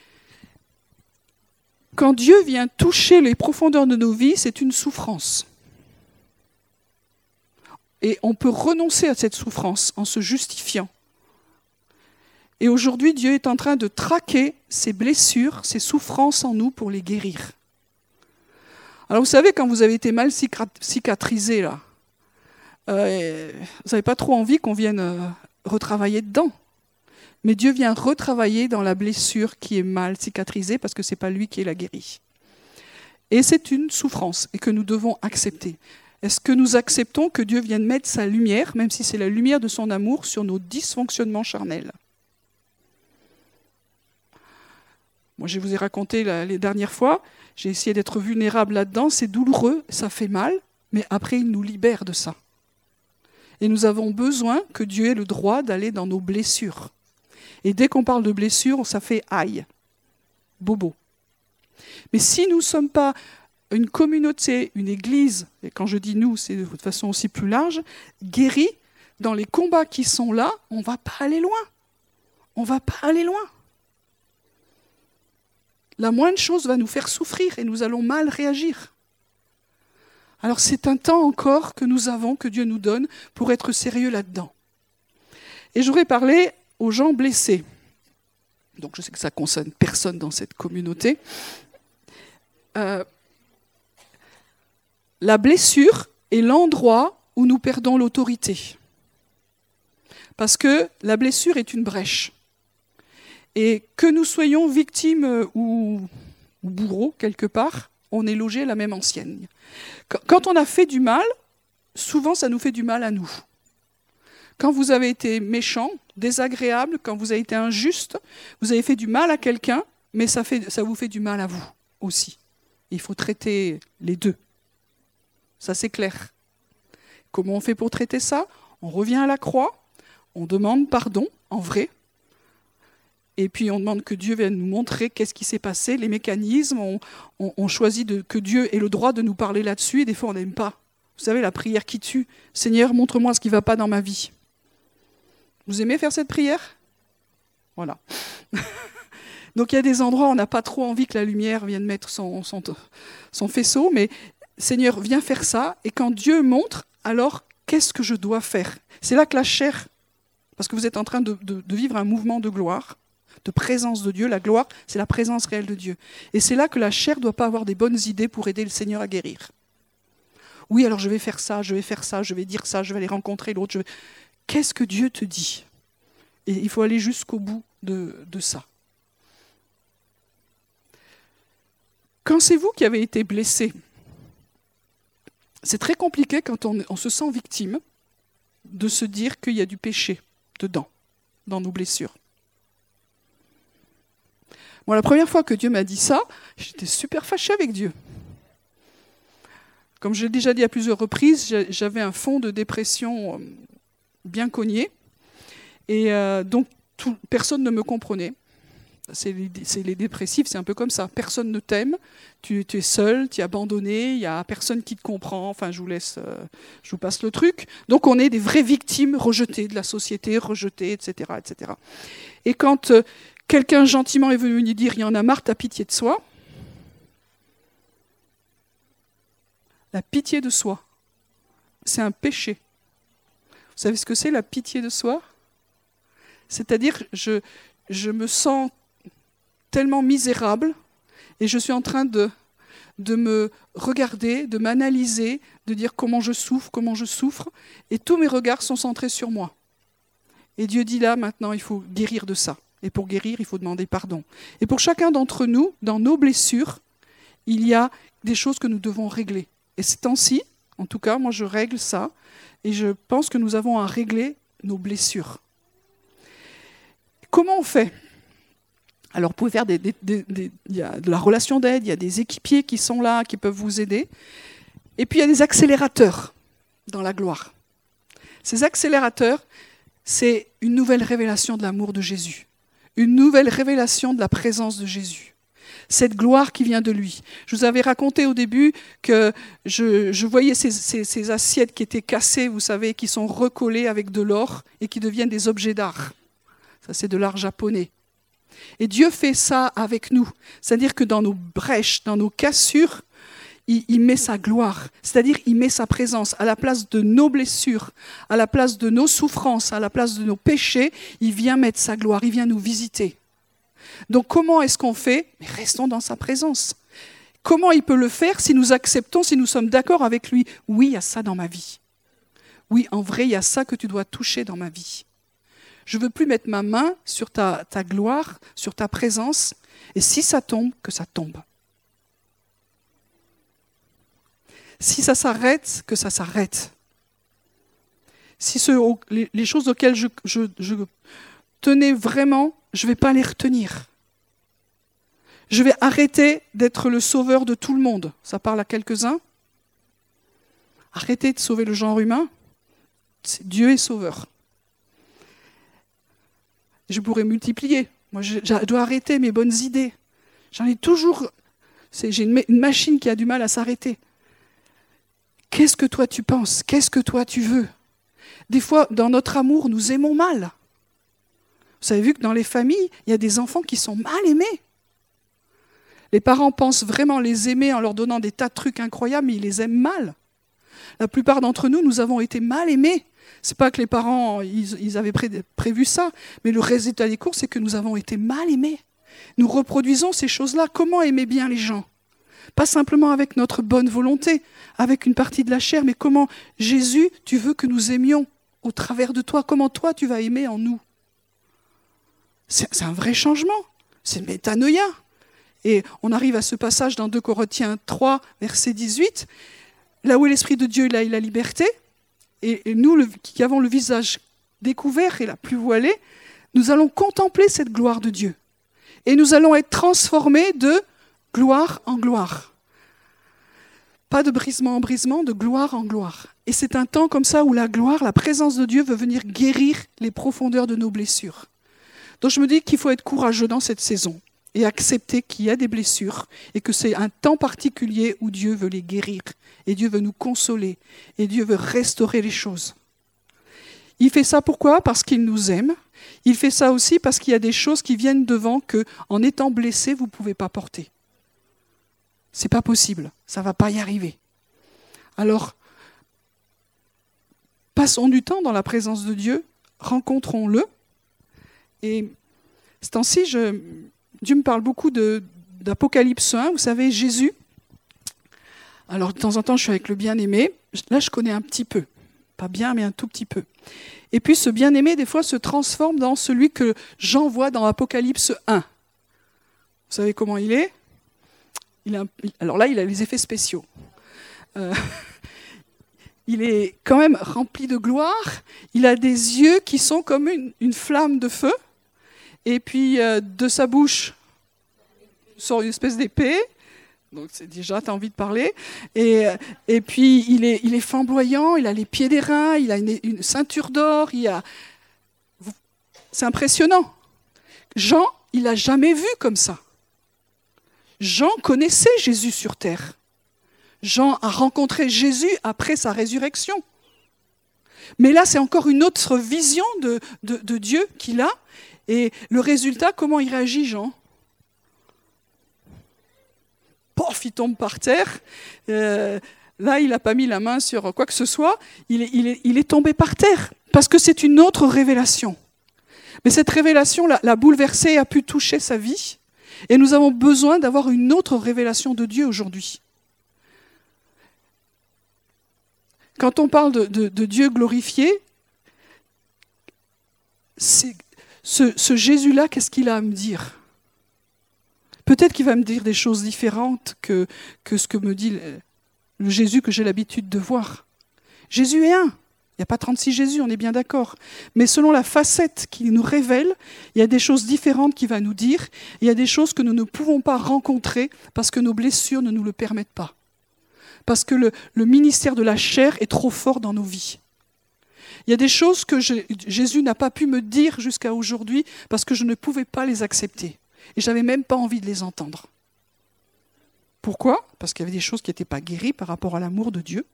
Quand Dieu vient toucher les profondeurs de nos vies, c'est une souffrance. Et on peut renoncer à cette souffrance en se justifiant. Et aujourd'hui, Dieu est en train de traquer ces blessures, ces souffrances en nous pour les guérir. Alors vous savez, quand vous avez été mal cicatrisé, là, euh, vous n'avez pas trop envie qu'on vienne euh, retravailler dedans. Mais Dieu vient retravailler dans la blessure qui est mal cicatrisée parce que ce n'est pas lui qui la guérit. Et c'est une souffrance et que nous devons accepter. Est-ce que nous acceptons que Dieu vienne mettre sa lumière, même si c'est la lumière de son amour, sur nos dysfonctionnements charnels ? Moi, je vous ai raconté la, les dernières fois, j'ai essayé d'être vulnérable là-dedans, c'est douloureux, ça fait mal, mais après, il nous libère de ça. Et nous avons besoin que Dieu ait le droit d'aller dans nos blessures. Et dès qu'on parle de blessures, ça fait aïe, bobo. Mais si nous ne sommes pas une communauté, une église, et quand je dis nous, c'est de façon aussi plus large, guérie, dans les combats qui sont là, on ne va pas aller loin. On ne va pas aller loin. La moindre chose va nous faire souffrir et nous allons mal réagir. Alors c'est un temps encore que nous avons, que Dieu nous donne, pour être sérieux là-dedans. Et je voudrais parler aux gens blessés. Donc je sais que ça ne concerne personne dans cette communauté. Euh, la blessure est l'endroit où nous perdons l'autorité. Parce que la blessure est une brèche. Et que nous soyons victimes ou, ou bourreaux, quelque part, on est logé à la même enseigne. Quand on a fait du mal, souvent ça nous fait du mal à nous. Quand vous avez été méchant, désagréable, quand vous avez été injuste, vous avez fait du mal à quelqu'un, mais ça, fait, ça vous fait du mal à vous aussi. Il faut traiter les deux. Ça, c'est clair. Comment on fait pour traiter ça? On revient à la croix, on demande pardon, en vrai, et puis on demande que Dieu vienne nous montrer qu'est-ce qui s'est passé, les mécanismes, on, on, on choisit de, que Dieu ait le droit de nous parler là-dessus, et des fois on n'aime pas. Vous savez, la prière qui tue. Seigneur, montre-moi ce qui ne va pas dans ma vie. Vous aimez faire cette prière? Voilà. Donc il y a des endroits où on n'a pas trop envie que la lumière vienne mettre son, son, son faisceau, mais Seigneur, viens faire ça, et quand Dieu montre, alors qu'est-ce que je dois faire? C'est là que la chair, parce que vous êtes en train de, de, de vivre un mouvement de gloire, de présence de Dieu. La gloire, c'est la présence réelle de Dieu. Et c'est là que la chair ne doit pas avoir des bonnes idées pour aider le Seigneur à guérir. Oui, alors je vais faire ça, je vais faire ça, je vais dire ça, je vais aller rencontrer l'autre. Je vais... Qu'est-ce que Dieu te dit? Et il faut aller jusqu'au bout de, de ça. Quand c'est vous qui avez été blessé, c'est très compliqué quand on, on se sent victime de se dire qu'il y a du péché dedans, dans nos blessures. Bon, la première fois que Dieu m'a dit ça, j'étais super fâchée avec Dieu. Comme je l'ai déjà dit à plusieurs reprises, j'avais un fond de dépression bien cogné. Et euh, donc, tout, personne ne me comprenait. C'est les, c'est les dépressifs, c'est un peu comme ça. Personne ne t'aime, tu, tu es seul, tu es abandonné, il n'y a personne qui te comprend. Enfin, je vous laisse, euh, je vous passe le truc. Donc, on est des vraies victimes rejetées de la société, rejetées, et cetera, et cetera. Et quand euh, quelqu'un gentiment est venu nous dire « il y en a marre, t'as pitié de soi », la pitié de soi, c'est un péché. Vous savez ce que c'est la pitié de soi? C'est-à-dire, je, je me sens tellement misérable et je suis en train de, de me regarder, de m'analyser, de dire comment je souffre, comment je souffre, et tous mes regards sont centrés sur moi. Et Dieu dit là, maintenant, il faut guérir de ça. Et pour guérir, il faut demander pardon. Et pour chacun d'entre nous, dans nos blessures, il y a des choses que nous devons régler. Et ces temps-ci, en tout cas, moi je règle ça, et je pense que nous avons à régler nos blessures. Comment on fait? Alors, vous pouvez faire des, des, des, des, il y a de la relation d'aide, il y a des équipiers qui sont là, qui peuvent vous aider. Et puis, il y a des accélérateurs dans la gloire. Ces accélérateurs, c'est une nouvelle révélation de l'amour de Jésus, une nouvelle révélation de la présence de Jésus. Cette gloire qui vient de lui. Je vous avais raconté au début que je, je voyais ces, ces, ces assiettes qui étaient cassées, vous savez, qui sont recollées avec de l'or et qui deviennent des objets d'art. Ça, c'est de l'art japonais. Et Dieu fait ça avec nous. C'est-à-dire que dans nos brèches, dans nos cassures, il, il met sa gloire. C'est-à-dire il met sa présence. À la place de nos blessures, à la place de nos souffrances, à la place de nos péchés, il vient mettre sa gloire, il vient nous visiter. Donc comment est-ce qu'on fait? Mais restons dans sa présence. Comment il peut le faire si nous acceptons, si nous sommes d'accord avec lui? Oui, il y a ça dans ma vie. Oui, en vrai, il y a ça que tu dois toucher dans ma vie. Je ne veux plus mettre ma main sur ta, ta gloire, sur ta présence, et si ça tombe, que ça tombe. Si ça s'arrête, que ça s'arrête. Si ce, les, les choses auxquelles je, je, je tenais vraiment, je ne vais pas les retenir. Je vais arrêter d'être le sauveur de tout le monde. Ça parle à quelques-uns. Arrêtez de sauver le genre humain. Dieu est sauveur. Je pourrais multiplier. Moi, je, je dois arrêter mes bonnes idées. J'en ai toujours... C'est, j'ai une, une machine qui a du mal à s'arrêter. Qu'est-ce que toi tu penses? Qu'est-ce que toi tu veux? Des fois, dans notre amour, nous aimons mal. Vous avez vu que dans les familles, il y a des enfants qui sont mal aimés. Les parents pensent vraiment les aimer en leur donnant des tas de trucs incroyables, mais ils les aiment mal. La plupart d'entre nous, nous avons été mal aimés. C'est pas que les parents, ils, ils avaient pré- prévu ça, mais le résultat des courses, c'est que nous avons été mal aimés. Nous reproduisons ces choses-là. Comment aimer bien les gens? Pas simplement avec notre bonne volonté, avec une partie de la chair, mais comment, Jésus, tu veux que nous aimions au travers de toi? Comment toi, tu vas aimer en nous? C'est, c'est un vrai changement. C'est une métanoïa. Et on arrive à ce passage dans deux Corinthiens trois, verset dix-huit, là où est l'Esprit de Dieu, là il a la liberté. Et, et nous, le, qui avons le visage découverte et la plus voilée, nous allons contempler cette gloire de Dieu. Et nous allons être transformés de gloire en gloire. Pas de brisement en brisement, de gloire en gloire. Et c'est un temps comme ça où la gloire, la présence de Dieu veut venir guérir les profondeurs de nos blessures. Donc je me dis qu'il faut être courageux dans cette saison et accepter qu'il y a des blessures et que c'est un temps particulier où Dieu veut les guérir et Dieu veut nous consoler et Dieu veut restaurer les choses. Il fait ça pourquoi ? Parce qu'il nous aime. Il fait ça aussi parce qu'il y a des choses qui viennent devant que, en étant blessé, vous ne pouvez pas porter. C'est pas possible, ça ne va pas y arriver. Alors, passons du temps dans la présence de Dieu, rencontrons-le. Et ce temps-ci, je, Dieu me parle beaucoup de, d'Apocalypse un, vous savez, Jésus. Alors, de temps en temps, je suis avec le bien-aimé. Là, je connais un petit peu. Pas bien, mais un tout petit peu. Et puis, ce bien-aimé, des fois, se transforme dans celui que Jean voit dans Apocalypse un. Vous savez comment il est ? Il a, alors là, il a les effets spéciaux. Euh, il est quand même rempli de gloire. Il a des yeux qui sont comme une, une flamme de feu. Et puis, euh, de sa bouche sort une espèce d'épée. Donc, c'est déjà, tu as envie de parler. Et, et puis, il est, il est flamboyant. Il a les pieds d'airain. Il a une, une ceinture d'or. Il a... C'est impressionnant. Jean, il n'a jamais vu comme ça. Jean connaissait Jésus sur terre. Jean a rencontré Jésus après sa résurrection. Mais là, c'est encore une autre vision de, de, de Dieu qu'il a. Et le résultat, comment il réagit, Jean ? Pof, il tombe par terre. Euh, là, il n'a pas mis la main sur quoi que ce soit. Il est, il est, il est tombé par terre. Parce que c'est une autre révélation. Mais cette révélation l'a, l'a bouleversé et a pu toucher sa vie. Et nous avons besoin d'avoir une autre révélation de Dieu aujourd'hui. Quand on parle de, de, de Dieu glorifié, c'est, ce, ce Jésus-là, qu'est-ce qu'il a à me dire ? Peut-être qu'il va me dire des choses différentes que, que ce que me dit le, le Jésus que j'ai l'habitude de voir. Jésus est un. Il n'y a pas trente-six Jésus, on est bien d'accord. Mais selon la facette qu'il nous révèle, il y a des choses différentes qu'il va nous dire. Il y a des choses que nous ne pouvons pas rencontrer parce que nos blessures ne nous le permettent pas. Parce que le, le ministère de la chair est trop fort dans nos vies. Il y a des choses que je, Jésus n'a pas pu me dire jusqu'à aujourd'hui parce que je ne pouvais pas les accepter. Et je n'avais même pas envie de les entendre. Pourquoi ? Parce qu'il y avait des choses qui n'étaient pas guéries par rapport à l'amour de Dieu.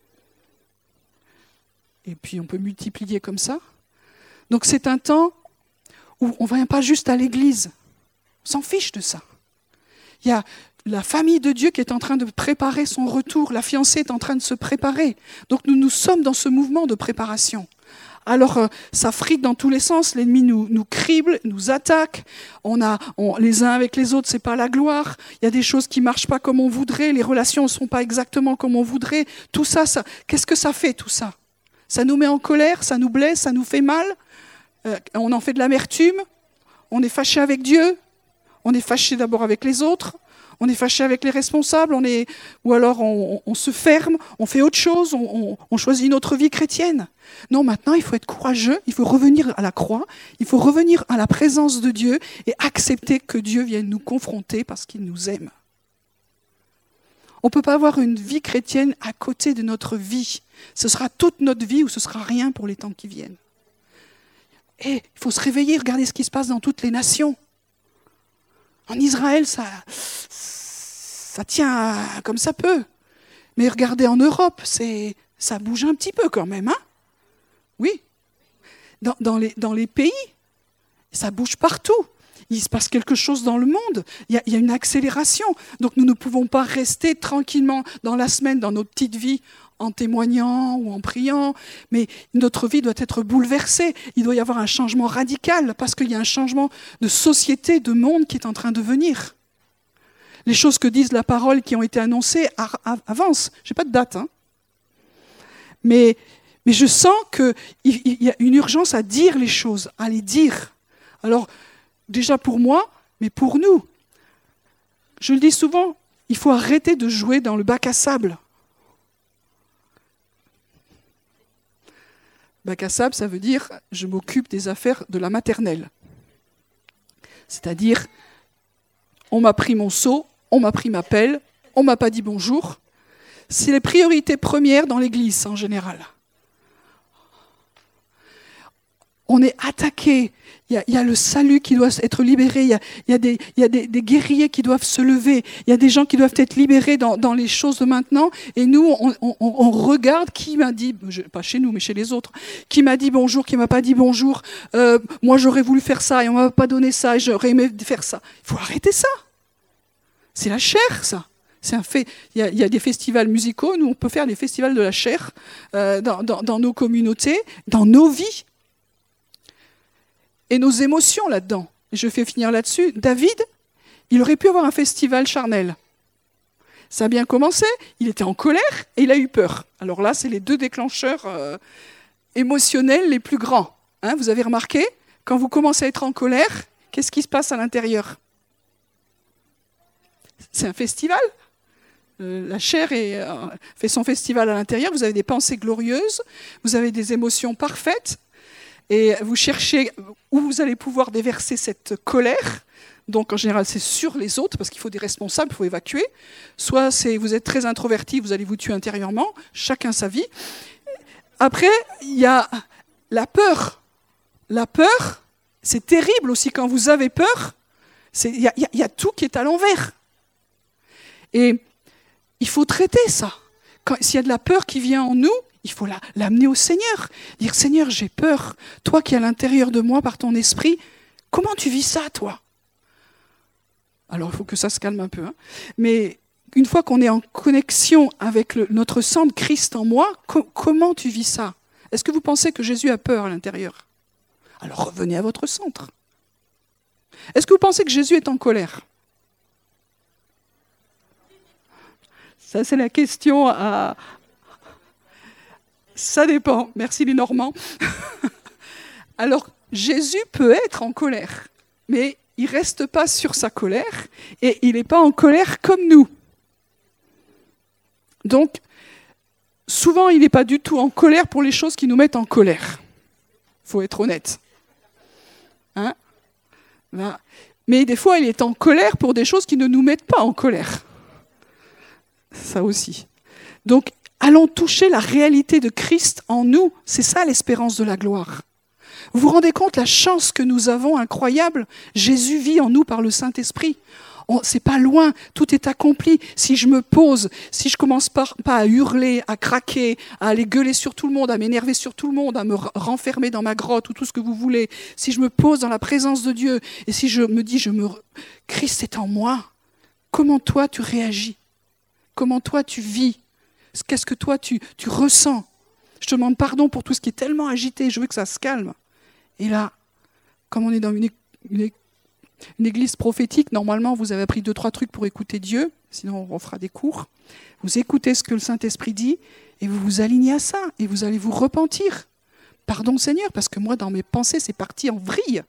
Et puis on peut multiplier comme ça. Donc c'est un temps où on ne vient pas juste à l'église. On s'en fiche de ça. Il y a la famille de Dieu qui est en train de préparer son retour. La fiancée est en train de se préparer. Donc nous, nous sommes dans ce mouvement de préparation. Alors euh, ça frite dans tous les sens. L'ennemi nous, nous crible, nous attaque. On a, on, les uns avec les autres, c'est pas la gloire. Il y a des choses qui marchent pas comme on voudrait. Les relations ne sont pas exactement comme on voudrait. Tout ça, ça qu'est-ce que ça fait tout ça ? Ça nous met en colère, ça nous blesse, ça nous fait mal. Euh, on en fait de l'amertume. On est fâché avec Dieu. On est fâché d'abord avec les autres. On est fâché avec les responsables. On est, ou alors on, on, on se ferme. On fait autre chose. On, on, on choisit une autre vie chrétienne. Non, maintenant, il faut être courageux. Il faut revenir à la croix. Il faut revenir à la présence de Dieu et accepter que Dieu vienne nous confronter parce qu'il nous aime. On ne peut pas avoir une vie chrétienne à côté de notre vie. Ce sera toute notre vie ou ce sera rien pour les temps qui viennent. Et il faut se réveiller, regarder ce qui se passe dans toutes les nations. En Israël, ça, ça tient comme ça peut. Mais regardez en Europe, c'est, ça bouge un petit peu quand même. Hein ? Oui. Dans, dans, les, dans les pays, ça bouge partout. Il se passe quelque chose dans le monde, il y a, il y a une accélération. Donc nous ne pouvons pas rester tranquillement dans la semaine, dans notre petite vie, en témoignant ou en priant. Mais notre vie doit être bouleversée. Il doit y avoir un changement radical parce qu'il y a un changement de société, de monde qui est en train de venir. Les choses que disent la parole qui ont été annoncées avancent. Je n'ai pas de date. Hein. Mais, mais je sens qu'il y a une urgence à dire les choses, à les dire. Alors, déjà pour moi, mais pour nous. Je le dis souvent, il faut arrêter de jouer dans le bac à sable. Bac à sable, ça veut dire je m'occupe des affaires de la maternelle. C'est-à-dire, on m'a pris mon seau, on m'a pris ma pelle, on m'a pas dit bonjour. C'est les priorités premières dans l'Église en général. On est attaqué, il y a, il y a le salut qui doit être libéré, il y a, il y a, des, il y a des, des guerriers qui doivent se lever, il y a des gens qui doivent être libérés dans, dans les choses de maintenant, et nous, on, on, on regarde qui m'a dit, pas chez nous, mais chez les autres, qui m'a dit bonjour, qui m'a pas dit bonjour, euh, moi j'aurais voulu faire ça, et on m'a pas donné ça, et j'aurais aimé faire ça. Il faut arrêter ça. C'est la chair, ça. C'est un fait. Il y, a, il y a des festivals musicaux, nous on peut faire des festivals de la chair euh, dans, dans, dans nos communautés, dans nos vies. Et nos émotions là-dedans. Et je fais finir là-dessus. David, il aurait pu avoir un festival charnel. Ça a bien commencé, il était en colère et il a eu peur. Alors là, c'est les deux déclencheurs euh, émotionnels les plus grands. Hein, vous avez remarqué, quand vous commencez à être en colère, qu'est-ce qui se passe à l'intérieur? C'est un festival. Euh, la chair est, euh, fait son festival à l'intérieur. Vous avez des pensées glorieuses, vous avez des émotions parfaites. Et vous cherchez où vous allez pouvoir déverser cette colère. Donc en général, c'est sur les autres, parce qu'il faut des responsables, il faut évacuer. Soit c'est, vous êtes très introverti, vous allez vous tuer intérieurement, chacun sa vie. Après, il y a la peur. La peur, c'est terrible aussi quand vous avez peur. Il y, y, y a tout qui est à l'envers. Et il faut traiter ça. Quand, s'il y a de la peur qui vient en nous, il faut la, l'amener au Seigneur. Dire, Seigneur, j'ai peur. Toi qui es à l'intérieur de moi par ton esprit, comment tu vis ça, toi? Alors, il faut que ça se calme un peu. Hein. Mais une fois qu'on est en connexion avec le, notre sang de Christ en moi, co- comment tu vis ça? Est-ce que vous pensez que Jésus a peur à l'intérieur? Alors, revenez à votre centre. Est-ce que vous pensez que Jésus est en colère? Ça, c'est la question à... Ça dépend. Merci les Normands. Alors, Jésus peut être en colère, mais il ne reste pas sur sa colère et il n'est pas en colère comme nous. Donc, souvent, il n'est pas du tout en colère pour les choses qui nous mettent en colère. Il faut être honnête. Hein? Là. Mais des fois, il est en colère pour des choses qui ne nous mettent pas en colère. Ça aussi. Donc, allons toucher la réalité de Christ en nous. C'est ça l'espérance de la gloire. Vous vous rendez compte la chance que nous avons incroyable? Jésus vit en nous par le Saint-Esprit. On, c'est pas loin, tout est accompli. Si je me pose, si je commence pas, pas à hurler, à craquer, à aller gueuler sur tout le monde, à m'énerver sur tout le monde, à me renfermer dans ma grotte ou tout ce que vous voulez, si je me pose dans la présence de Dieu et si je me dis, je me, Christ est en moi, comment toi tu réagis? Comment toi tu vis? Qu'est-ce que toi, tu, tu ressens? Je te demande pardon pour tout ce qui est tellement agité. Je veux que ça se calme. Et là, comme on est dans une, une, une église prophétique, normalement, vous avez appris deux, trois trucs pour écouter Dieu. Sinon, on fera des cours. Vous écoutez ce que le Saint-Esprit dit et vous vous alignez à ça. Et vous allez vous repentir. Pardon, Seigneur, parce que moi, dans mes pensées, c'est parti en vrille.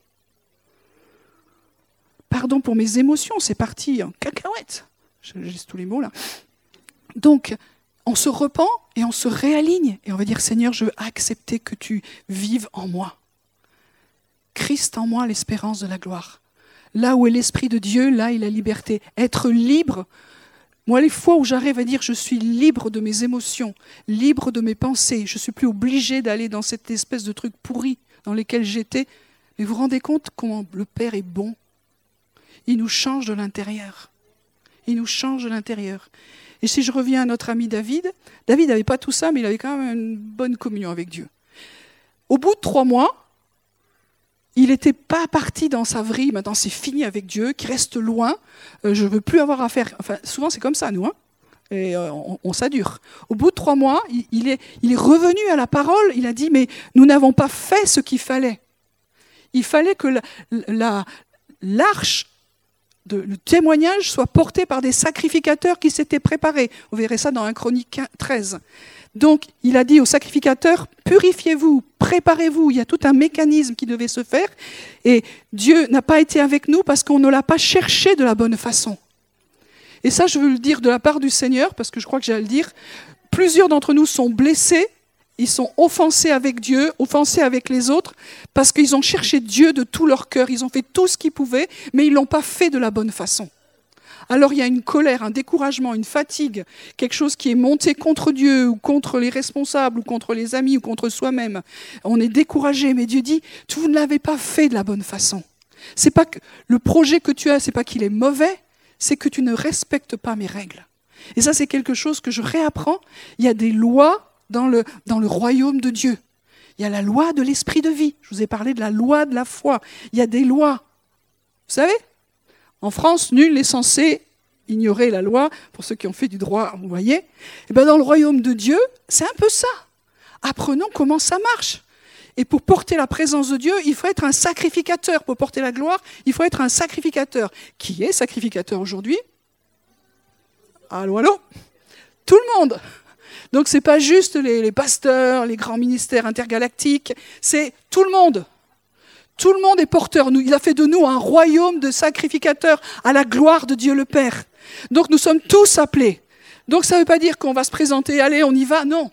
Pardon pour mes émotions, c'est parti en cacahuète. Je laisse tous les mots là. Donc, on se repent et on se réaligne. Et on va dire, Seigneur, je veux accepter que tu vives en moi. Christ en moi, l'espérance de la gloire. Là où est l'Esprit de Dieu, là est la liberté. Être libre. Moi, les fois où j'arrive à dire, je suis libre de mes émotions, libre de mes pensées, je ne suis plus obligé d'aller dans cette espèce de truc pourri dans lequel j'étais. Mais vous vous rendez compte comment le Père est bon? Il nous change de l'intérieur. Il nous change de l'intérieur. Et si je reviens à notre ami David, David n'avait pas tout ça, mais il avait quand même une bonne communion avec Dieu. Au bout de trois mois, il n'était pas parti dans sa vrille, maintenant c'est fini avec Dieu, qui reste loin, euh, je ne veux plus avoir affaire. Enfin, souvent c'est comme ça, nous, hein, et euh, on, on s'addure. Au bout de trois mois, il, il, est, il est revenu à la parole, il a dit, mais nous n'avons pas fait ce qu'il fallait. Il fallait que la, la, l'arche, De, le témoignage soit porté par des sacrificateurs qui s'étaient préparés. Vous verrez ça dans un Chronique treize. Donc, il a dit aux sacrificateurs, purifiez-vous, préparez-vous. Il y a tout un mécanisme qui devait se faire. Et Dieu n'a pas été avec nous parce qu'on ne l'a pas cherché de la bonne façon. Et ça, je veux le dire de la part du Seigneur, parce que je crois que j'ai à le dire. Plusieurs d'entre nous sont blessés ils sont offensés avec Dieu, offensés avec les autres, parce qu'ils ont cherché Dieu de tout leur cœur. Ils ont fait tout ce qu'ils pouvaient, mais ils ne l'ont pas fait de la bonne façon. Alors il y a une colère, un découragement, une fatigue, quelque chose qui est monté contre Dieu ou contre les responsables ou contre les amis ou contre soi-même. On est découragé, mais Dieu dit, vous ne l'avez pas fait de la bonne façon. C'est pas que le projet que tu as, c'est pas qu'il est mauvais, c'est que tu ne respectes pas mes règles. Et ça, c'est quelque chose que je réapprends. Il y a des lois dans le, dans le royaume de Dieu. Il y a la loi de l'esprit de vie. Je vous ai parlé de la loi de la foi. Il y a des lois. Vous savez ? En France, nul n'est censé ignorer la loi, pour ceux qui ont fait du droit, vous voyez. Et bien dans le royaume de Dieu, c'est un peu ça. Apprenons comment ça marche. Et pour porter la présence de Dieu, il faut être un sacrificateur. Pour porter la gloire, il faut être un sacrificateur. Qui est sacrificateur aujourd'hui ? Allô, allô ? Tout le monde. Donc ce n'est pas juste les, les pasteurs, les grands ministères intergalactiques, c'est tout le monde. Tout le monde est porteur. Il a fait de nous un royaume de sacrificateurs à la gloire de Dieu le Père. Donc nous sommes tous appelés. Donc ça ne veut pas dire qu'on va se présenter, allez, on y va, non.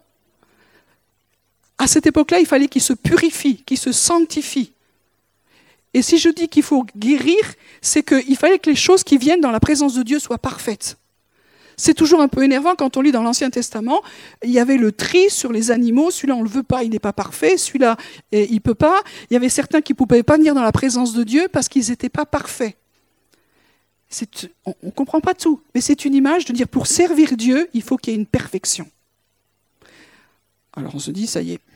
À cette époque-là, il fallait qu'ils se purifient, qu'ils se sanctifient. Et si je dis qu'il faut guérir, c'est qu'il fallait que les choses qui viennent dans la présence de Dieu soient parfaites. C'est toujours un peu énervant quand on lit dans l'Ancien Testament, il y avait le tri sur les animaux, celui-là on ne le veut pas, il n'est pas parfait, celui-là il ne peut pas. Il y avait certains qui ne pouvaient pas venir dans la présence de Dieu parce qu'ils n'étaient pas parfaits. C'est, on ne comprend pas tout, mais c'est une image de dire pour servir Dieu, il faut qu'il y ait une perfection. Alors on se dit, ça y est.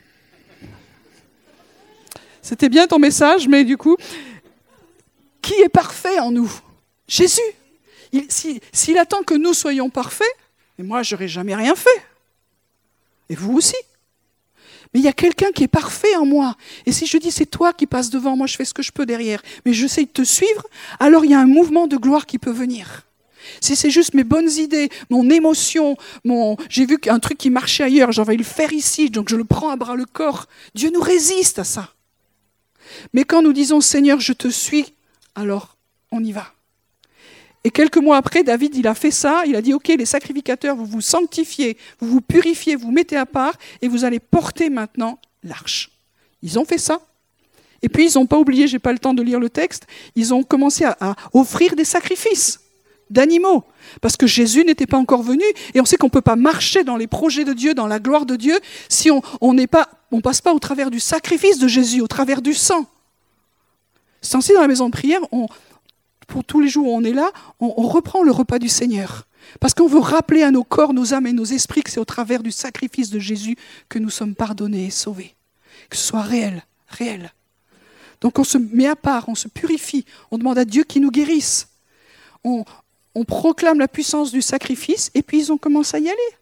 C'était bien ton message, mais du coup, qui est parfait en nous ? Jésus. Il, si, s'il attend que nous soyons parfaits, et moi, je n'aurais jamais rien fait. Et vous aussi. Mais il y a quelqu'un qui est parfait en moi. Et si je dis, c'est toi qui passes devant, moi je fais ce que je peux derrière, mais j'essaie de te suivre, alors il y a un mouvement de gloire qui peut venir. Si c'est juste mes bonnes idées, mon émotion, mon... j'ai vu un truc qui marchait ailleurs, j'en vais le faire ici, donc je le prends à bras le corps. Dieu nous résiste à ça. Mais quand nous disons, Seigneur, je te suis, alors on y va. Et quelques mois après, David, il a fait ça, il a dit, ok, les sacrificateurs, vous vous sanctifiez, vous vous purifiez, vous mettez à part, et vous allez porter maintenant l'arche. Ils ont fait ça. Et puis, ils n'ont pas oublié, je n'ai pas le temps de lire le texte, ils ont commencé à, à offrir des sacrifices d'animaux, parce que Jésus n'était pas encore venu, et on sait qu'on ne peut pas marcher dans les projets de Dieu, dans la gloire de Dieu, si on on n'est pas, on passe pas au travers du sacrifice de Jésus, au travers du sang. C'est ainsi dans la maison de prière, on... pour tous les jours où on est là, on, on reprend le repas du Seigneur. Parce qu'on veut rappeler à nos corps, nos âmes et nos esprits que c'est au travers du sacrifice de Jésus que nous sommes pardonnés et sauvés. Que ce soit réel, réel. Donc on se met à part, on se purifie, on demande à Dieu qu'il nous guérisse. On, on proclame la puissance du sacrifice et puis ils ont commencé à y aller.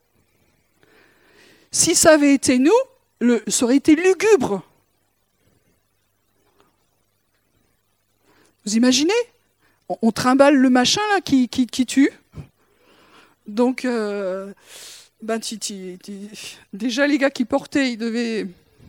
Si ça avait été nous, le, ça aurait été lugubre. Vous imaginez ? On trimballe le machin là qui, qui, qui tue. Donc, euh, ben, tu, tu, tu, déjà les gars qui portaient, ils devaient...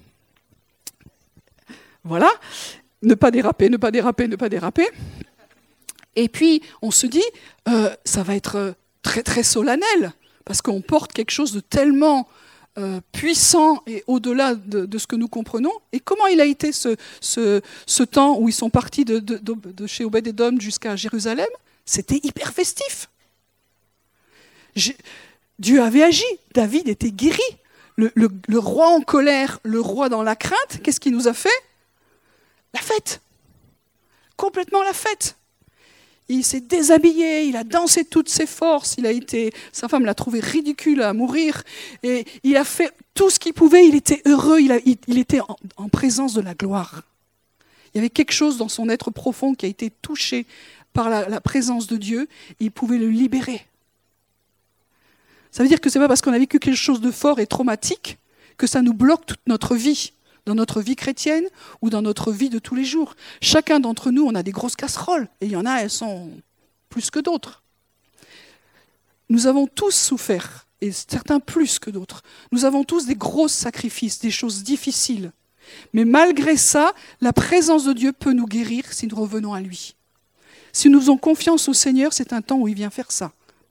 Voilà, ne pas déraper, ne pas déraper, ne pas déraper. Et puis, on se dit, euh, ça va être très très solennel, parce qu'on porte quelque chose de tellement euh, puissant et au-delà de, de ce que nous comprenons. Et comment il a été ce, ce, ce temps où ils sont partis de, de, de, de chez Obed-Edom jusqu'à Jérusalem ? C'était hyper festif. J'ai, Dieu avait agi, David était guéri. Le, le, le roi en colère, le roi dans la crainte, qu'est-ce qu'il nous a fait ? La fête. Complètement la fête. Il s'est déshabillé, il a dansé toutes ses forces, il a été, sa femme l'a trouvé ridicule à mourir, et il a fait tout ce qu'il pouvait, il était heureux, il, a, il, il était en, en présence de la gloire. Il y avait quelque chose dans son être profond qui a été touché par la, la présence de Dieu, et il pouvait le libérer. Ça veut dire que ce n'est pas parce qu'on a vécu quelque chose de fort et traumatique que ça nous bloque toute notre vie, dans notre vie chrétienne ou dans notre vie de tous les jours. Chacun d'entre nous, on a des grosses casseroles, et il y en a, elles sont plus que d'autres. Nous avons tous souffert, et certains plus que d'autres. Nous avons tous des gros sacrifices, des choses difficiles. Mais malgré ça, la présence de Dieu peut nous guérir si nous revenons à lui. Si nous faisons confiance au Seigneur, c'est un temps où il vient faire ça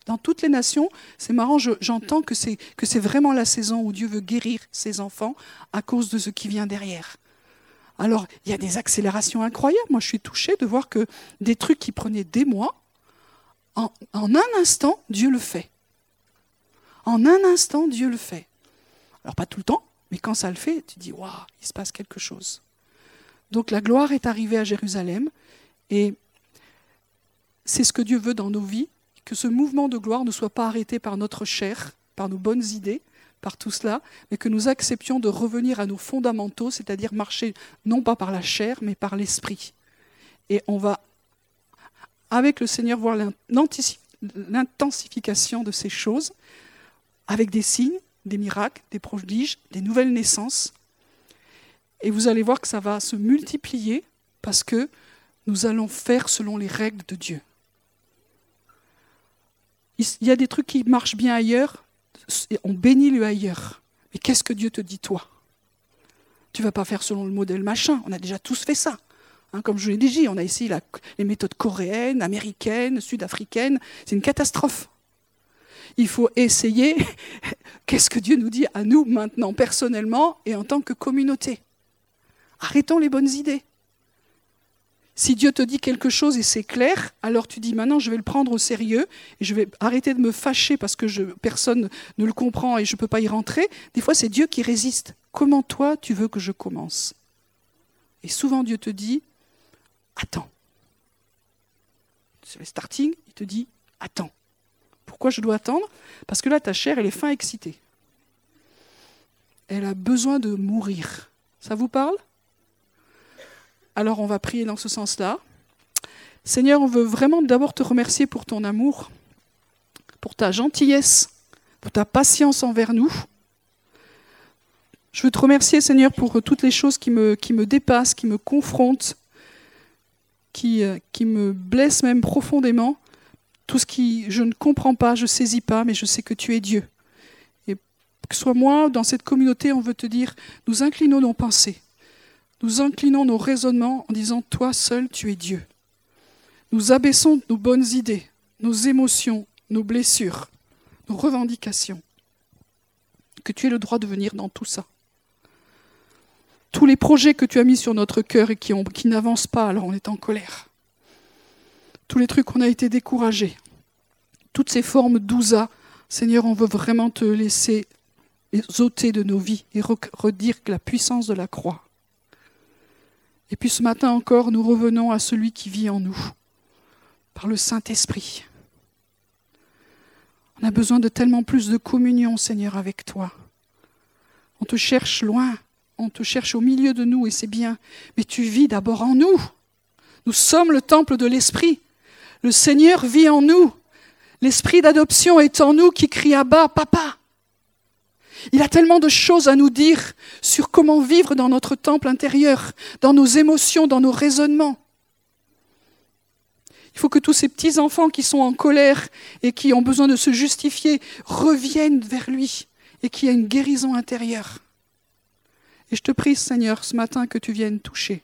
Dans toutes les nations, c'est marrant, je, j'entends que c'est, que c'est vraiment la saison où Dieu veut guérir ses enfants à cause de ce qui vient derrière. Alors, il y a des accélérations incroyables. Moi, je suis touchée de voir que des trucs qui prenaient des mois, en, en un instant, Dieu le fait. En un instant, Dieu le fait. Alors, pas tout le temps, mais quand ça le fait, tu dis, waouh, il se passe quelque chose. Donc, la gloire est arrivée à Jérusalem et c'est ce que Dieu veut dans nos vies, que ce mouvement de gloire ne soit pas arrêté par notre chair, par nos bonnes idées, par tout cela, mais que nous acceptions de revenir à nos fondamentaux, c'est-à-dire marcher non pas par la chair, mais par l'esprit. Et on va, avec le Seigneur, voir l'intensification de ces choses, avec des signes, des miracles, des prodiges, des nouvelles naissances. Et vous allez voir que ça va se multiplier parce que nous allons faire selon les règles de Dieu. Il y a des trucs qui marchent bien ailleurs, on bénit le ailleurs. Mais qu'est-ce que Dieu te dit, toi ? Tu ne vas pas faire selon le modèle machin, on a déjà tous fait ça. Hein, comme je l'ai dit, on a ici la, les méthodes coréennes, américaines, sud-africaines, c'est une catastrophe. Il faut essayer, qu'est-ce que Dieu nous dit à nous maintenant, personnellement et en tant que communauté ? Arrêtons les bonnes idées. Si Dieu te dit quelque chose et c'est clair, alors tu dis maintenant je vais le prendre au sérieux et je vais arrêter de me fâcher parce que je, personne ne le comprend et je ne peux pas y rentrer. Des fois c'est Dieu qui résiste. Comment toi tu veux que je commence ? Et souvent Dieu te dit attends. Sur les starting, il te dit attends. Pourquoi je dois attendre ? Parce que là ta chair elle est fin excitée. Elle a besoin de mourir. Ça vous parle ? Alors on va prier dans ce sens-là. Seigneur, on veut vraiment d'abord te remercier pour ton amour, pour ta gentillesse, pour ta patience envers nous. Je veux te remercier, Seigneur, pour toutes les choses qui me, qui me dépassent, qui me confrontent, qui, qui me blessent même profondément. Tout ce qui je ne comprends pas, je ne saisis pas, mais je sais que tu es Dieu. Et que ce soit moi, dans cette communauté, on veut te dire, nous inclinons nos pensées. Nous inclinons nos raisonnements en disant « Toi seul, tu es Dieu ». Nous abaissons nos bonnes idées, nos émotions, nos blessures, nos revendications. Que tu aies le droit de venir dans tout ça. Tous les projets que tu as mis sur notre cœur et qui, ont, qui n'avancent pas, alors on est en colère. Tous les trucs qu'on a été découragés. Toutes ces formes d'ouza, Seigneur, on veut vraiment te laisser les ôter de nos vies et redire que la puissance de la croix. Et puis ce matin encore, nous revenons à celui qui vit en nous, par le Saint-Esprit. On a besoin de tellement plus de communion, Seigneur, avec toi. On te cherche loin, on te cherche au milieu de nous, et c'est bien. Mais tu vis d'abord en nous. Nous sommes le temple de l'Esprit. Le Seigneur vit en nous. L'Esprit d'adoption est en nous qui crie à bas, Papa. Il a tellement de choses à nous dire sur comment vivre dans notre temple intérieur, dans nos émotions, dans nos raisonnements. Il faut que tous ces petits-enfants qui sont en colère et qui ont besoin de se justifier reviennent vers lui et qu'il y ait une guérison intérieure. Et je te prie, Seigneur, ce matin que tu viennes toucher.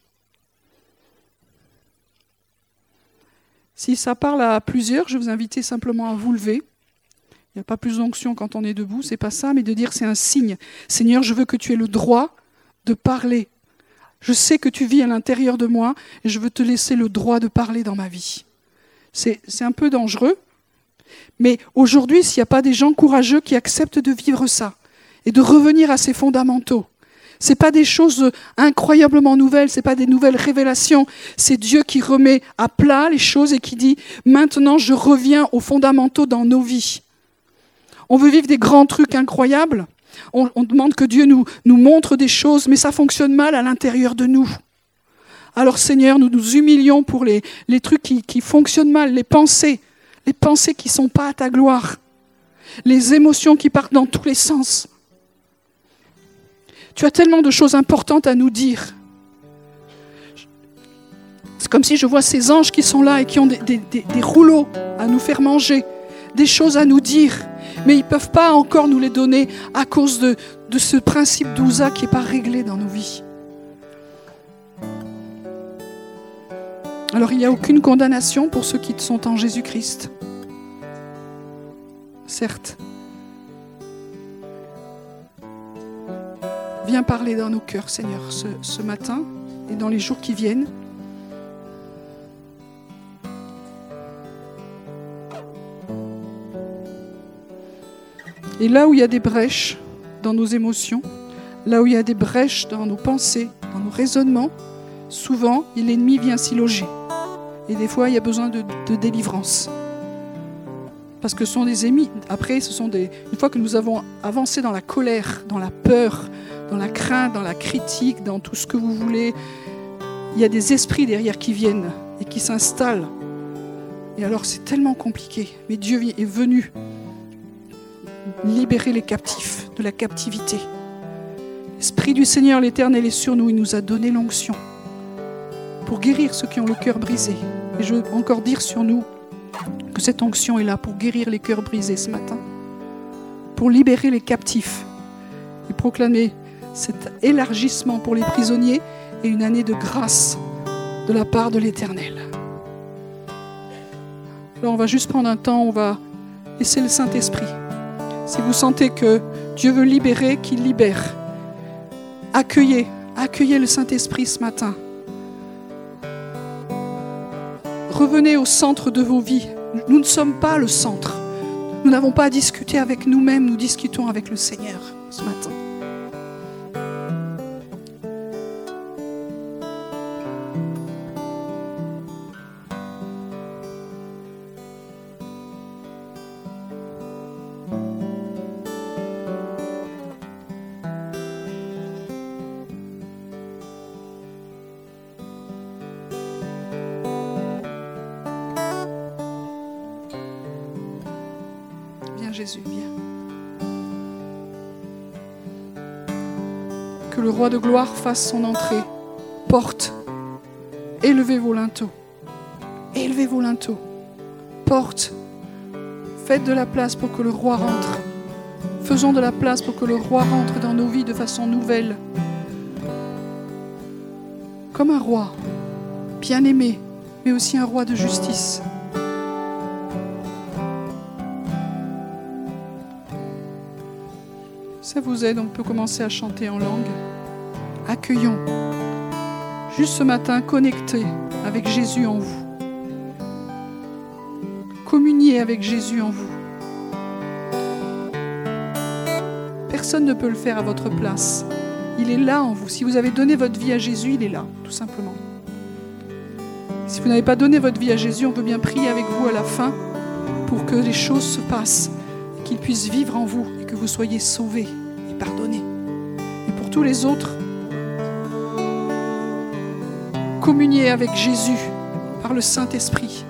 Si ça parle à plusieurs, je vais vous inviter simplement à vous lever. Il n'y a pas plus d'onction quand on est debout, c'est pas ça, mais de dire c'est un signe. Seigneur, je veux que tu aies le droit de parler. Je sais que tu vis à l'intérieur de moi et je veux te laisser le droit de parler dans ma vie. C'est, c'est un peu dangereux, mais aujourd'hui, s'il n'y a pas des gens courageux qui acceptent de vivre ça et de revenir à ces fondamentaux, ce n'est pas des choses incroyablement nouvelles, ce n'est pas des nouvelles révélations, c'est Dieu qui remet à plat les choses et qui dit « Maintenant, je reviens aux fondamentaux dans nos vies ». On veut vivre des grands trucs incroyables. On, on demande que Dieu nous, nous montre des choses, mais ça fonctionne mal à l'intérieur de nous. Alors Seigneur, nous nous humilions pour les, les trucs qui, qui fonctionnent mal, les pensées, les pensées qui ne sont pas à ta gloire, les émotions qui partent dans tous les sens. Tu as tellement de choses importantes à nous dire. C'est comme si je vois ces anges qui sont là et qui ont des, des, des, des rouleaux à nous faire manger, des choses à nous dire. Mais ils ne peuvent pas encore nous les donner à cause de, de ce principe d'ouza qui n'est pas réglé dans nos vies. Alors il n'y a aucune condamnation pour ceux qui sont en Jésus-Christ. certes. Viens parler dans nos cœurs, Seigneur, ce, ce matin et dans les jours qui viennent. Et là où il y a des brèches dans nos émotions, là où il y a des brèches dans nos pensées, dans nos raisonnements, souvent, l'ennemi vient s'y loger. Et des fois, il y a besoin de, de délivrance. Parce que ce sont des ennemis. Après, ce sont des. Une fois que nous avons avancé dans la colère, dans la peur, dans la crainte, dans la critique, dans tout ce que vous voulez, il y a des esprits derrière qui viennent et qui s'installent. Et alors, c'est tellement compliqué. Mais Dieu est venu libérer les captifs de la captivité. L'Esprit du Seigneur l'Éternel est sur nous. Il nous a donné l'onction pour guérir ceux qui ont le cœur brisé. Et je veux encore dire sur nous que cette onction est là pour guérir les cœurs brisés ce matin, pour libérer les captifs et proclamer cet élargissement pour les prisonniers et une année de grâce de la part de l'Éternel. Alors on va juste prendre un temps, on va laisser le Saint-Esprit. Si vous sentez que Dieu veut libérer, qu'il libère. Accueillez, accueillez le Saint-Esprit ce matin. Revenez au centre de vos vies. Nous ne sommes pas le centre. Nous n'avons pas à discuter avec nous-mêmes, nous discutons avec le Seigneur ce matin. Jésus, viens. Que le roi de gloire fasse son entrée. Porte, élevez vos linteaux. Élevez vos linteaux. Porte, faites de la place pour que le roi rentre. Faisons de la place pour que le roi rentre dans nos vies de façon nouvelle. Comme un roi, bien aimé, mais aussi un roi de justice. Ça vous aide, on peut commencer à chanter en langue. Accueillons. Juste ce matin, connectez avec Jésus en vous. Communiez avec Jésus en vous. Personne ne peut le faire à votre place. Il est là en vous. Si vous avez donné votre vie à Jésus, il est là, tout simplement. Si vous n'avez pas donné votre vie à Jésus, on peut bien prier avec vous à la fin pour que les choses se passent, qu'il puisse vivre en vous et que vous soyez sauvés et pardonnés. Et pour tous les autres, communiez avec Jésus par le Saint-Esprit.